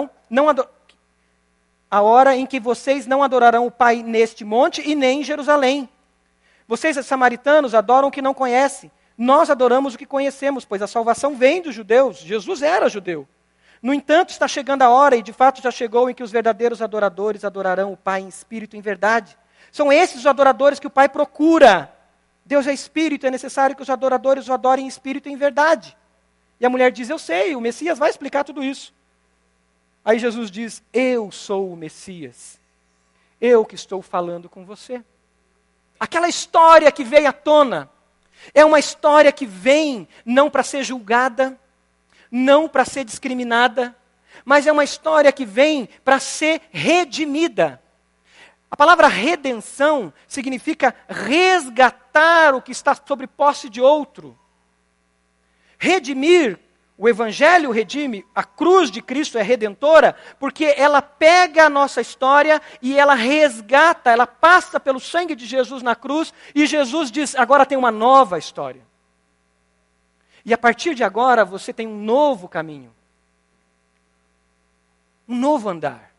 a hora em que vocês não adorarão o Pai neste monte e nem em Jerusalém. Vocês, samaritanos, adoram o que não conhecem. Nós adoramos o que conhecemos, pois a salvação vem dos judeus. Jesus era judeu. No entanto, está chegando a hora, e de fato já chegou, em que os verdadeiros adoradores adorarão o Pai em espírito e em verdade. São esses os adoradores que o Pai procura. Deus é espírito, é necessário que os adoradores o adorem em espírito e em verdade. E a mulher diz, eu sei, o Messias vai explicar tudo isso. Aí Jesus diz, eu sou o Messias. Eu que estou falando com você. Aquela história que veio à tona, é uma história que vem não para ser julgada, não para ser discriminada, mas é uma história que vem para ser redimida. A palavra redenção significa resgatar o que está sob posse de outro. Redimir, o Evangelho redime, a cruz de Cristo é redentora, porque ela pega a nossa história e ela resgata, ela passa pelo sangue de Jesus na cruz, e Jesus diz, agora tem uma nova história. E a partir de agora você tem um novo caminho. Um novo andar.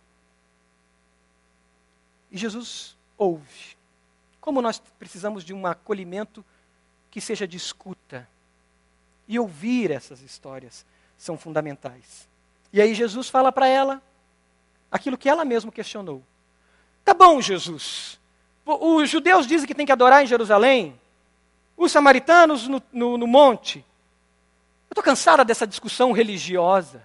E Jesus ouve. Como nós precisamos de um acolhimento que seja de escuta. E ouvir essas histórias são fundamentais. E aí Jesus fala para ela, aquilo que ela mesma questionou. Tá bom, Jesus. Os judeus dizem que tem que adorar em Jerusalém. Os samaritanos no monte. Eu estou cansada dessa discussão religiosa.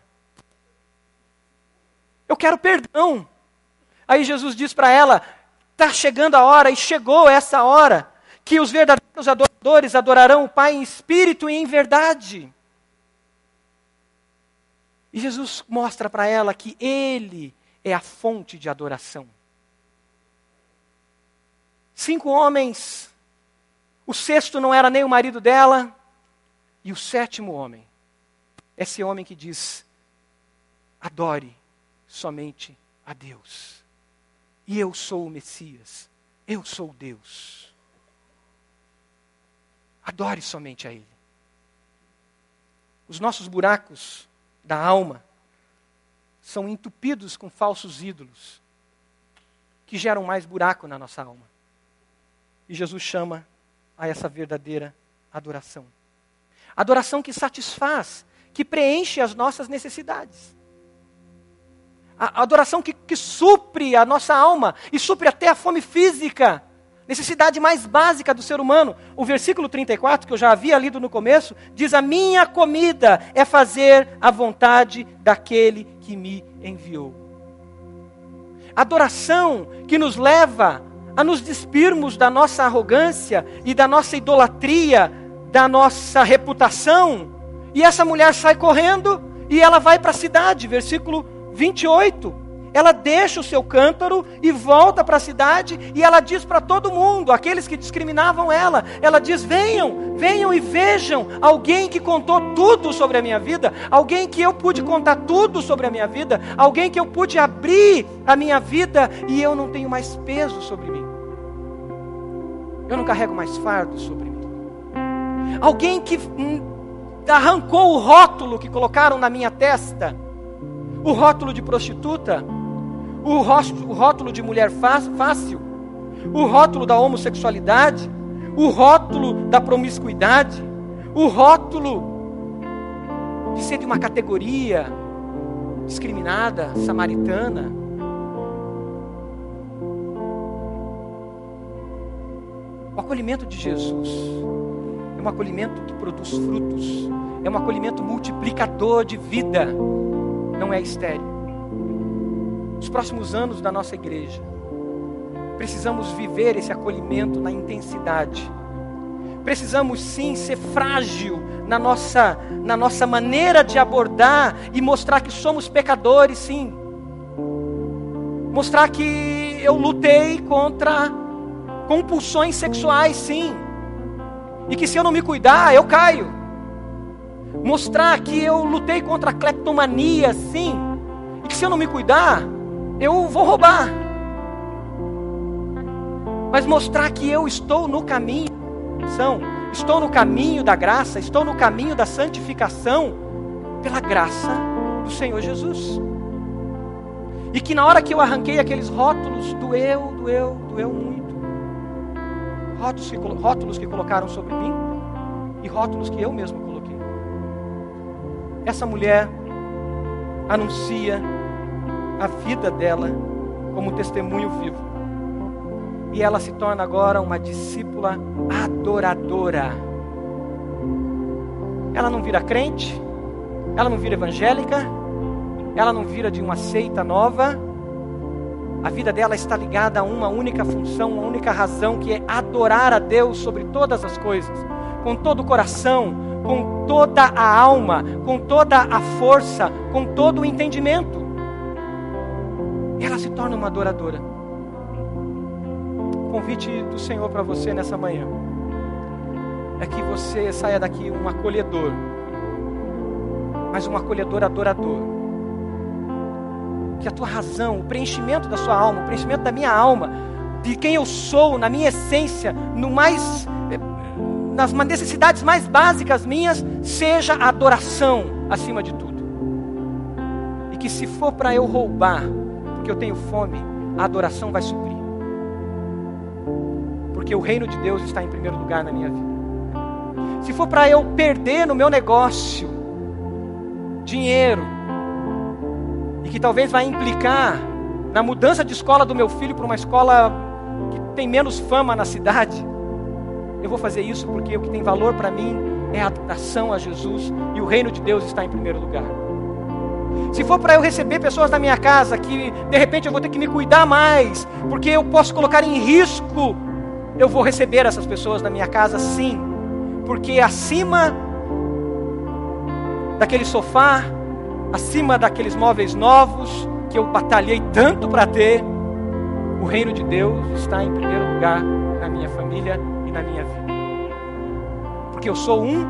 Eu quero perdão. Aí Jesus diz para ela, está chegando a hora, e chegou essa hora, que os verdadeiros adoradores adorarão o Pai em espírito e em verdade. E Jesus mostra para ela que Ele é a fonte de adoração. 5 homens, o 6º não era nem o marido dela, e o 7º homem, esse homem que diz, adore somente a Deus. E eu sou o Messias, eu sou Deus. Adore somente a Ele. Os nossos buracos da alma são entupidos com falsos ídolos, que geram mais buraco na nossa alma. E Jesus chama a essa verdadeira adoração. Adoração que satisfaz, que preenche as nossas necessidades. A adoração que supre a nossa alma e supre até a fome física, necessidade mais básica do ser humano. O versículo 34, que eu já havia lido no começo, diz: a minha comida é fazer a vontade daquele que me enviou. Adoração que nos leva a nos despirmos da nossa arrogância e da nossa idolatria, da nossa reputação. E essa mulher sai correndo e ela vai para a cidade, versículo 28. Ela deixa o seu cântaro e volta para a cidade e ela diz para todo mundo, aqueles que discriminavam ela diz: venham e vejam alguém que contou tudo sobre a minha vida, alguém que eu pude contar tudo sobre a minha vida, alguém que eu pude abrir a minha vida e eu não tenho mais peso sobre mim. Eu não carrego mais fardo sobre mim. Alguém que arrancou o rótulo que colocaram na minha testa, o rótulo de prostituta, o rótulo de mulher fácil, o rótulo da homossexualidade, o rótulo da promiscuidade, o rótulo de ser de uma categoria discriminada, samaritana. O acolhimento de Jesus é um acolhimento que produz frutos, é um acolhimento multiplicador de vida, não é estéril. Nos próximos anos da nossa igreja, precisamos viver esse acolhimento na intensidade. Precisamos sim ser frágil na nossa maneira de abordar e mostrar que somos pecadores, sim. Mostrar que eu lutei contra compulsões sexuais, sim. E que se eu não me cuidar, eu caio. Mostrar que eu lutei contra a cleptomania, sim. E que se eu não me cuidar, eu vou roubar. Mas mostrar que eu estou no caminho, estou no caminho da graça, estou no caminho da santificação, pela graça do Senhor Jesus. E que na hora que eu arranquei aqueles rótulos, doeu muito. Rótulos que colocaram sobre mim e rótulos que eu mesmo coloquei. Essa mulher anuncia a vida dela como testemunho vivo. E ela se torna agora uma discípula adoradora. Ela não vira crente, ela não vira evangélica, ela não vira de uma seita nova. A vida dela está ligada a uma única função, uma única razão, que é adorar a Deus sobre todas as coisas, com todo o coração, com toda a alma, com toda a força, com todo o entendimento. Ela se torna uma adoradora. O convite do Senhor para você nessa manhã é que você saia daqui um acolhedor, mas um acolhedor adorador. Que a tua razão, o preenchimento da sua alma, o preenchimento da minha alma, de quem eu sou, na minha essência, nas necessidades mais básicas minhas, seja a adoração acima de tudo. E que se for para eu roubar, porque eu tenho fome, a adoração vai suprir. Porque o reino de Deus está em primeiro lugar na minha vida. Se for para eu perder no meu negócio dinheiro, e que talvez vai implicar na mudança de escola do meu filho para uma escola que tem menos fama na cidade, eu vou fazer isso porque o que tem valor para mim é a adoração a Jesus e o reino de Deus está em primeiro lugar. Se for para eu receber pessoas na minha casa que de repente eu vou ter que me cuidar mais, porque eu posso colocar em risco, eu vou receber essas pessoas na minha casa sim, porque acima daquele sofá, acima daqueles móveis novos que eu batalhei tanto para ter, o reino de Deus está em primeiro lugar na minha família e na minha vida. Porque eu sou um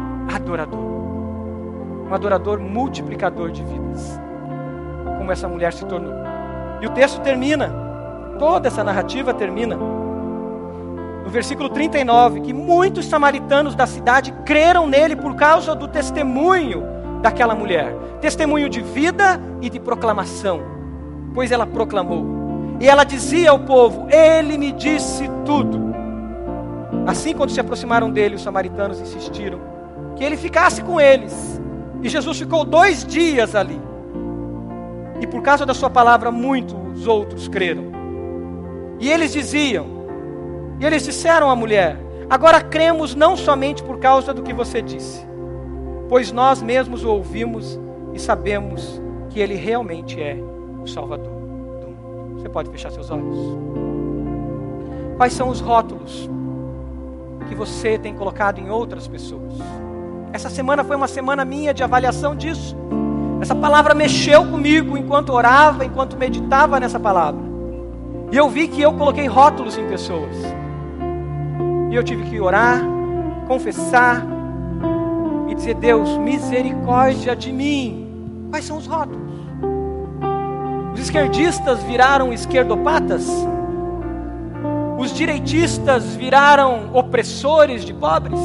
adorador multiplicador de vidas, como essa mulher se tornou. E o texto termina, toda essa narrativa termina, no versículo 39, que muitos samaritanos da cidade creram nele por causa do testemunho daquela mulher. Testemunho de vida e de proclamação, pois ela proclamou. E ela dizia ao povo: ele me disse tudo. Assim, quando se aproximaram dele, os samaritanos insistiram que ele ficasse com eles. E Jesus ficou 2 dias ali. E por causa da sua palavra, muitos outros creram. E eles disseram à mulher: agora cremos não somente por causa do que você disse, pois nós mesmos o ouvimos e sabemos que ele realmente é o Salvador do mundo. Você pode fechar seus olhos? Quais são os rótulos que você tem colocado em outras pessoas? Essa semana foi uma semana minha de avaliação disso. Essa palavra mexeu comigo enquanto orava, enquanto meditava nessa palavra. E eu vi que eu coloquei rótulos em pessoas. E eu tive que orar, confessar e dizer: Deus, misericórdia de mim. Quais são os rótulos? Os esquerdistas viraram esquerdopatas? Os direitistas viraram opressores de pobres?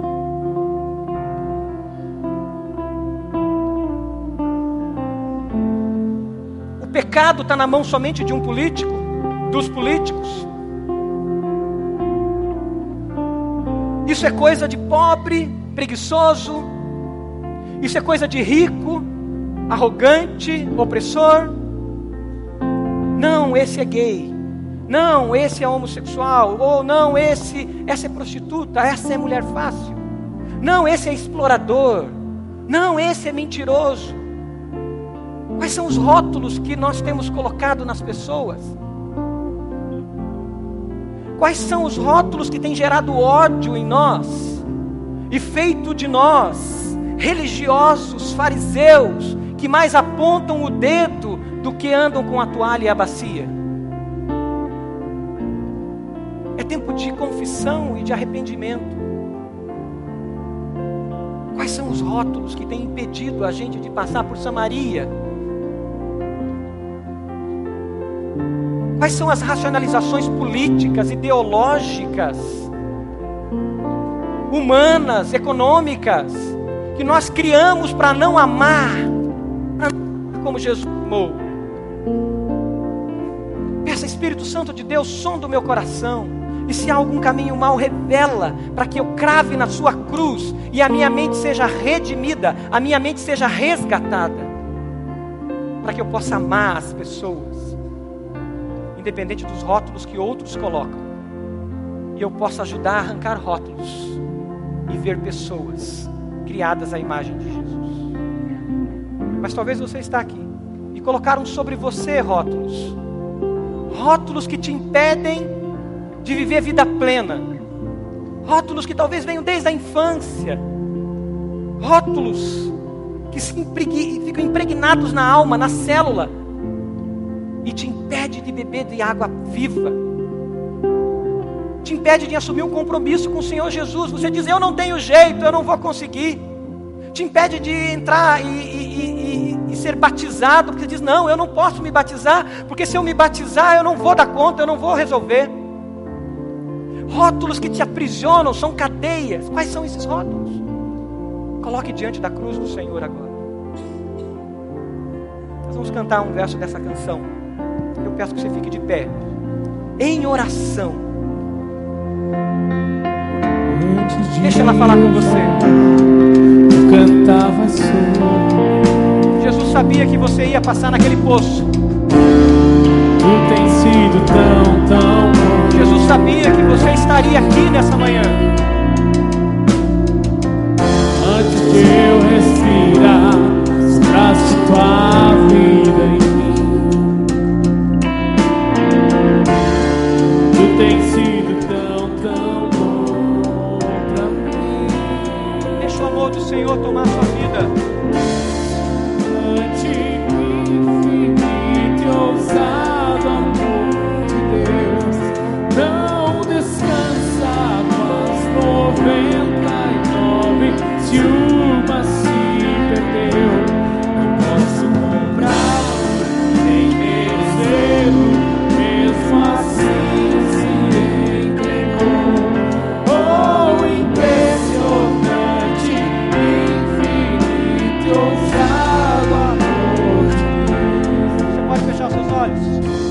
O pecado está na mão somente de um político, dos políticos? Isso é coisa de pobre, preguiçoso? Isso é coisa de rico, arrogante, opressor? Não, esse é gay. Não, esse é homossexual. Ou não, essa é prostituta, essa é mulher fácil. Não, esse é explorador. Não, esse é mentiroso. Quais são os rótulos que nós temos colocado nas pessoas? Quais são os rótulos que têm gerado ódio em nós e feito de nós religiosos, fariseus, que mais apontam o dedo do que andam com a toalha e a bacia? É tempo de confissão e de arrependimento. Quais são os rótulos que têm impedido a gente de passar por Samaria? Quais são as racionalizações políticas, ideológicas, humanas, econômicas, que nós criamos para não amar como Jesus amou? Peça: Espírito Santo de Deus, sonda o meu coração, e se há algum caminho mau, revela, para que eu crave na sua cruz, e a minha mente seja redimida, a minha mente seja resgatada, para que eu possa amar as pessoas, independente dos rótulos que outros colocam, e eu possa ajudar a arrancar rótulos, e ver pessoas criadas à imagem de Jesus. Mas talvez você está aqui, e colocaram sobre você rótulos, rótulos que te impedem de viver vida plena, rótulos que talvez venham desde a infância, rótulos que ficam impregnados na alma, na célula, e te impede de beber de água viva, te impede de assumir um compromisso com o Senhor Jesus. Você diz: eu não tenho jeito, eu não vou conseguir. Te impede de entrar e ser batizado, porque diz: não, eu não posso me batizar, porque se eu me batizar eu não vou dar conta, eu não vou resolver. Rótulos que te aprisionam, são cadeias. Quais são esses rótulos? Coloque diante da cruz do Senhor agora. Nós vamos cantar um verso dessa canção. Eu peço que você fique de pé, em oração. Deixa ela falar com você. Eu cantava só. Jesus sabia que você ia passar naquele poço. sido tão bom. Jesus sabia que você estaria aqui nessa manhã. Antes de eu respirar, sopraste tua vida em mim. Tu tens sido tão bom pra mim. Deixa o amor do Senhor tomar sua vida. Infinito e ousado amor de Deus não descansa mas 99 se uma se perdeu. Não posso comprá-lo nem merecê-lo, mesmo assim se entregou. Oh, impressionante, infinito e ousado amor de Deus. Você pode fechar seus olhos.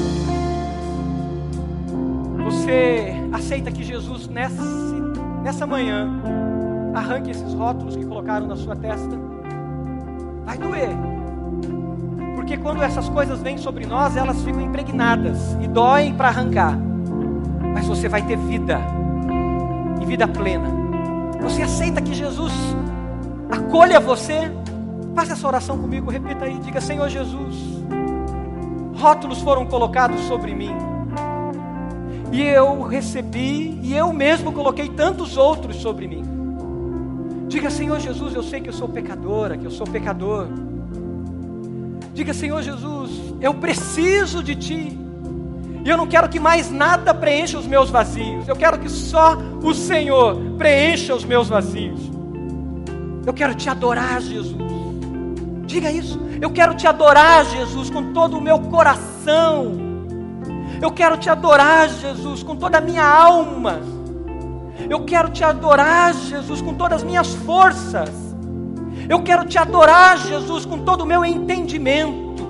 Você aceita que Jesus nessa manhã arranque esses rótulos que colocaram na sua testa? Vai doer. Porque quando essas coisas vêm sobre nós, elas ficam impregnadas e doem para arrancar. Mas você vai ter vida, e vida plena. Você aceita que Jesus acolha você? Faça essa oração comigo, repita aí, diga: Senhor Jesus, rótulos foram colocados sobre mim, e eu recebi, e eu mesmo coloquei tantos outros sobre mim. Diga: Senhor Jesus, eu sei que eu sou pecadora, que eu sou pecador. Diga: Senhor Jesus, eu preciso de Ti, e eu não quero que mais nada preencha os meus vazios. Eu quero que só o Senhor preencha os meus vazios. Eu quero Te adorar, Jesus. Diga isso: eu quero Te adorar, Jesus, com todo o meu coração. Eu quero Te adorar, Jesus, com toda a minha alma. Eu quero Te adorar, Jesus, com todas as minhas forças. Eu quero Te adorar, Jesus, com todo o meu entendimento.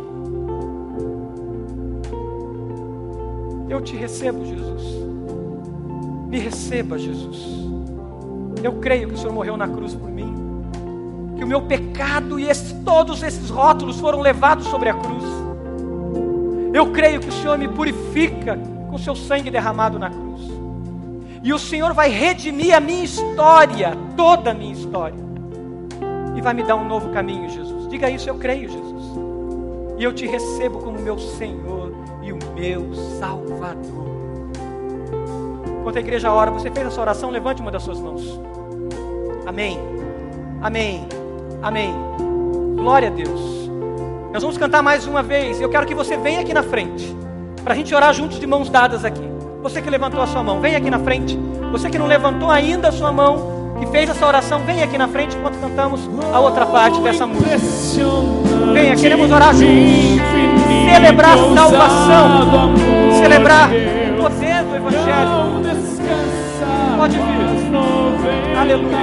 Eu Te recebo, Jesus. Me receba, Jesus. Eu creio que o Senhor morreu na cruz por mim, que o meu pecado e todos esses rótulos foram levados sobre a cruz. Eu creio que o Senhor me purifica com o seu sangue derramado na cruz. E o Senhor vai redimir a minha história, toda a minha história. E vai me dar um novo caminho, Jesus. Diga isso: eu creio, Jesus. E eu Te recebo como meu Senhor e o meu Salvador. Enquanto a igreja ora, você fez essa oração? Levante uma das suas mãos. Amém. Amém. Amém. Glória a Deus. Nós vamos cantar mais uma vez. Eu quero que você venha aqui na frente, para a gente orar juntos de mãos dadas aqui. Você que levantou a sua mão, vem aqui na frente. Você que não levantou ainda a sua mão, que fez essa oração, vem aqui na frente enquanto cantamos a outra parte dessa música. Venha, queremos orar juntos, celebrar a salvação, celebrar o poder do Evangelho. Pode vir. Aleluia.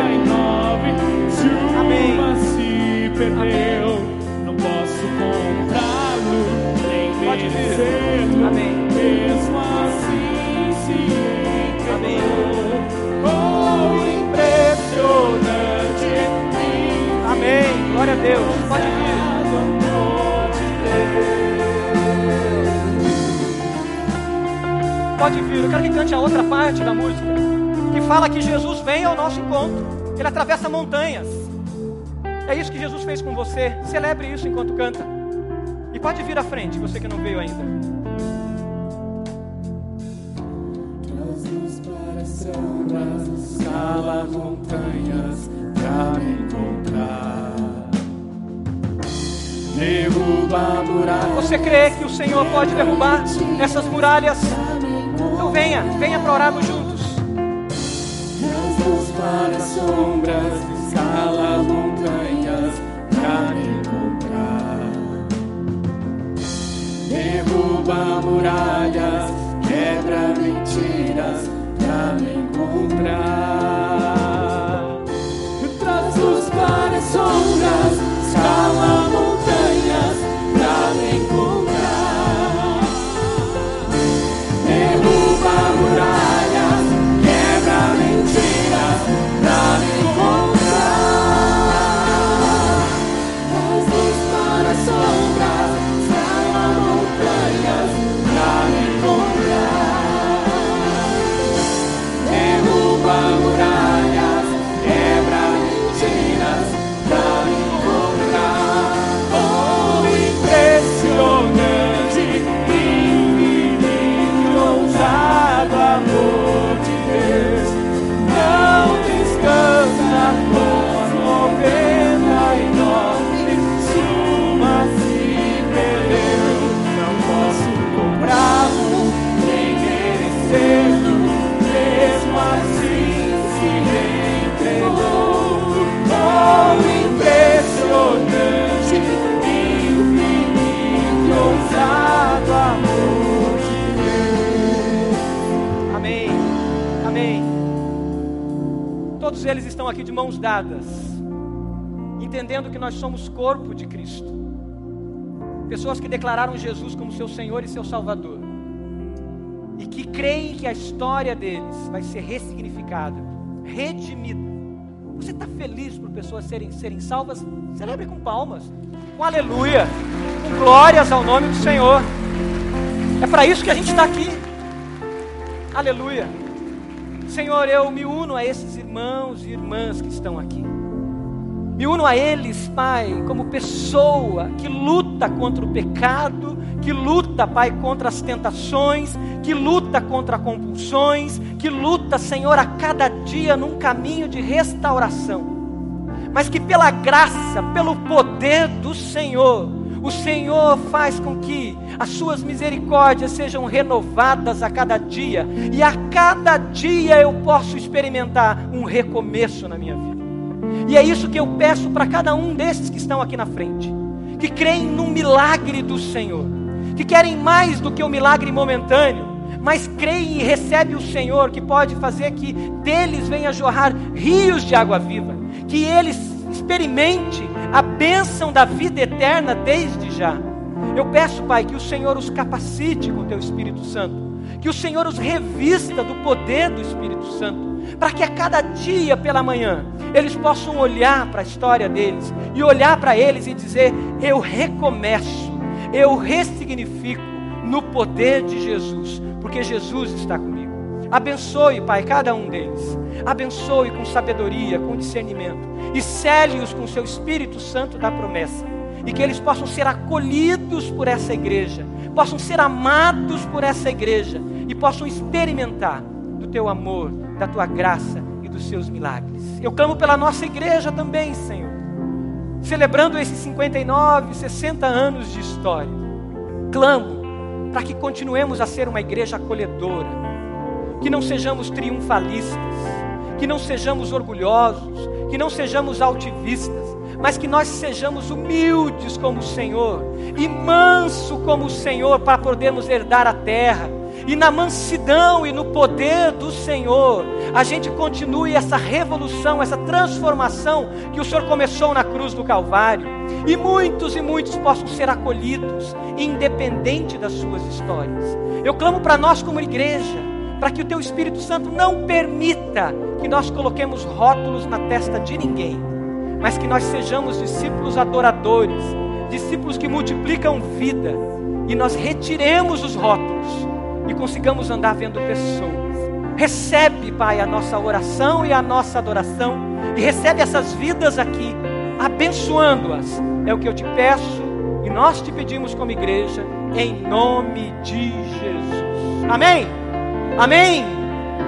Amém. Amém. Não posso comprá-lo, nem Pode vir. merecê-lo. Amém. Mesmo assim se entregou. Oh, impressionante. Amém. Glória a Deus. Pode vir. Pode vir. Eu quero que cante a outra parte da música, que fala que Jesus vem ao nosso encontro. Ele atravessa montanhas. É isso que Jesus fez com você. Celebre isso enquanto canta. E pode vir à frente, você que não veio ainda. Traz-nos para sombras, escala as montanhas pra me encontrar. Derruba a muralha. Você crê que o Senhor pode derrubar essas muralhas? Então venha para orarmos juntos. Traz-nos para as sombras, escala as montanhas pra me encontrar. Derruba muralhas, quebra mentiras pra me encontrar. Traz-nos para as sombras, escala montanhas pra me encontrar. Derruba muralhas, quebra mentiras pra me encontrar. Traz-nos para as sombras, escala montanhas pra me encontrar. todos eles estão aqui de mãos dadas, entendendo que nós somos corpo de Cristo. Pessoas que declararam Jesus como seu Senhor e seu Salvador, e que creem que a história deles vai ser ressignificada, redimida. Você está feliz por pessoas serem salvas? Celebre com palmas, com aleluia, com glórias ao nome do Senhor. É para isso que a gente está aqui. Aleluia. Senhor, eu me uno a esses irmãos e irmãs que estão aqui. Me uno a eles, Pai, como pessoa que luta contra o pecado, que luta, Pai, contra as tentações, que luta contra compulsões, que luta, Senhor, a cada dia num caminho de restauração. Mas que pela graça, pelo poder do Senhor, o Senhor faz com que as suas misericórdias sejam renovadas a cada dia, e a cada dia eu posso experimentar um recomeço na minha vida. E é isso que eu peço para cada um desses que estão aqui na frente, que creem no milagre do Senhor, que querem mais do que o milagre momentâneo, mas creem e recebem o Senhor, que pode fazer que deles venha jorrar rios de água viva, que eles experimente a bênção da vida eterna desde já. Eu peço, Pai, que o Senhor os capacite com o Teu Espírito Santo, que o Senhor os revista do poder do Espírito Santo, para que a cada dia pela manhã eles possam olhar para a história deles e olhar para eles e dizer: eu recomeço, eu ressignifico no poder de Jesus, porque Jesus está comigo. Abençoe, Pai, cada um deles. Abençoe com sabedoria, com discernimento, e cele-os com o Seu Espírito Santo da promessa, e que eles possam ser acolhidos por essa igreja, possam ser amados por essa igreja, e possam experimentar do Teu amor, da Tua graça e dos Seus milagres. Eu clamo pela nossa igreja também, Senhor, celebrando esses 59, 60 anos de história. Clamo para que continuemos a ser uma igreja acolhedora, que não sejamos triunfalistas, que não sejamos orgulhosos, que não sejamos altivistas, mas que nós sejamos humildes como o Senhor, e manso como o Senhor, para podermos herdar a terra. E na mansidão e no poder do Senhor, a gente continue essa revolução, essa transformação que o Senhor começou na cruz do Calvário, e muitos possam ser acolhidos, independente das suas histórias. Eu clamo para nós como igreja, para que o Teu Espírito Santo não permita que nós coloquemos rótulos na testa de ninguém, mas que nós sejamos discípulos adoradores, discípulos que multiplicam vida, e nós retiremos os rótulos e consigamos andar vendo pessoas. Recebe, Pai, a nossa oração e a nossa adoração, e recebe essas vidas aqui, abençoando-as. É o que eu te peço e nós te pedimos como igreja, em nome de Jesus. Amém? Amém?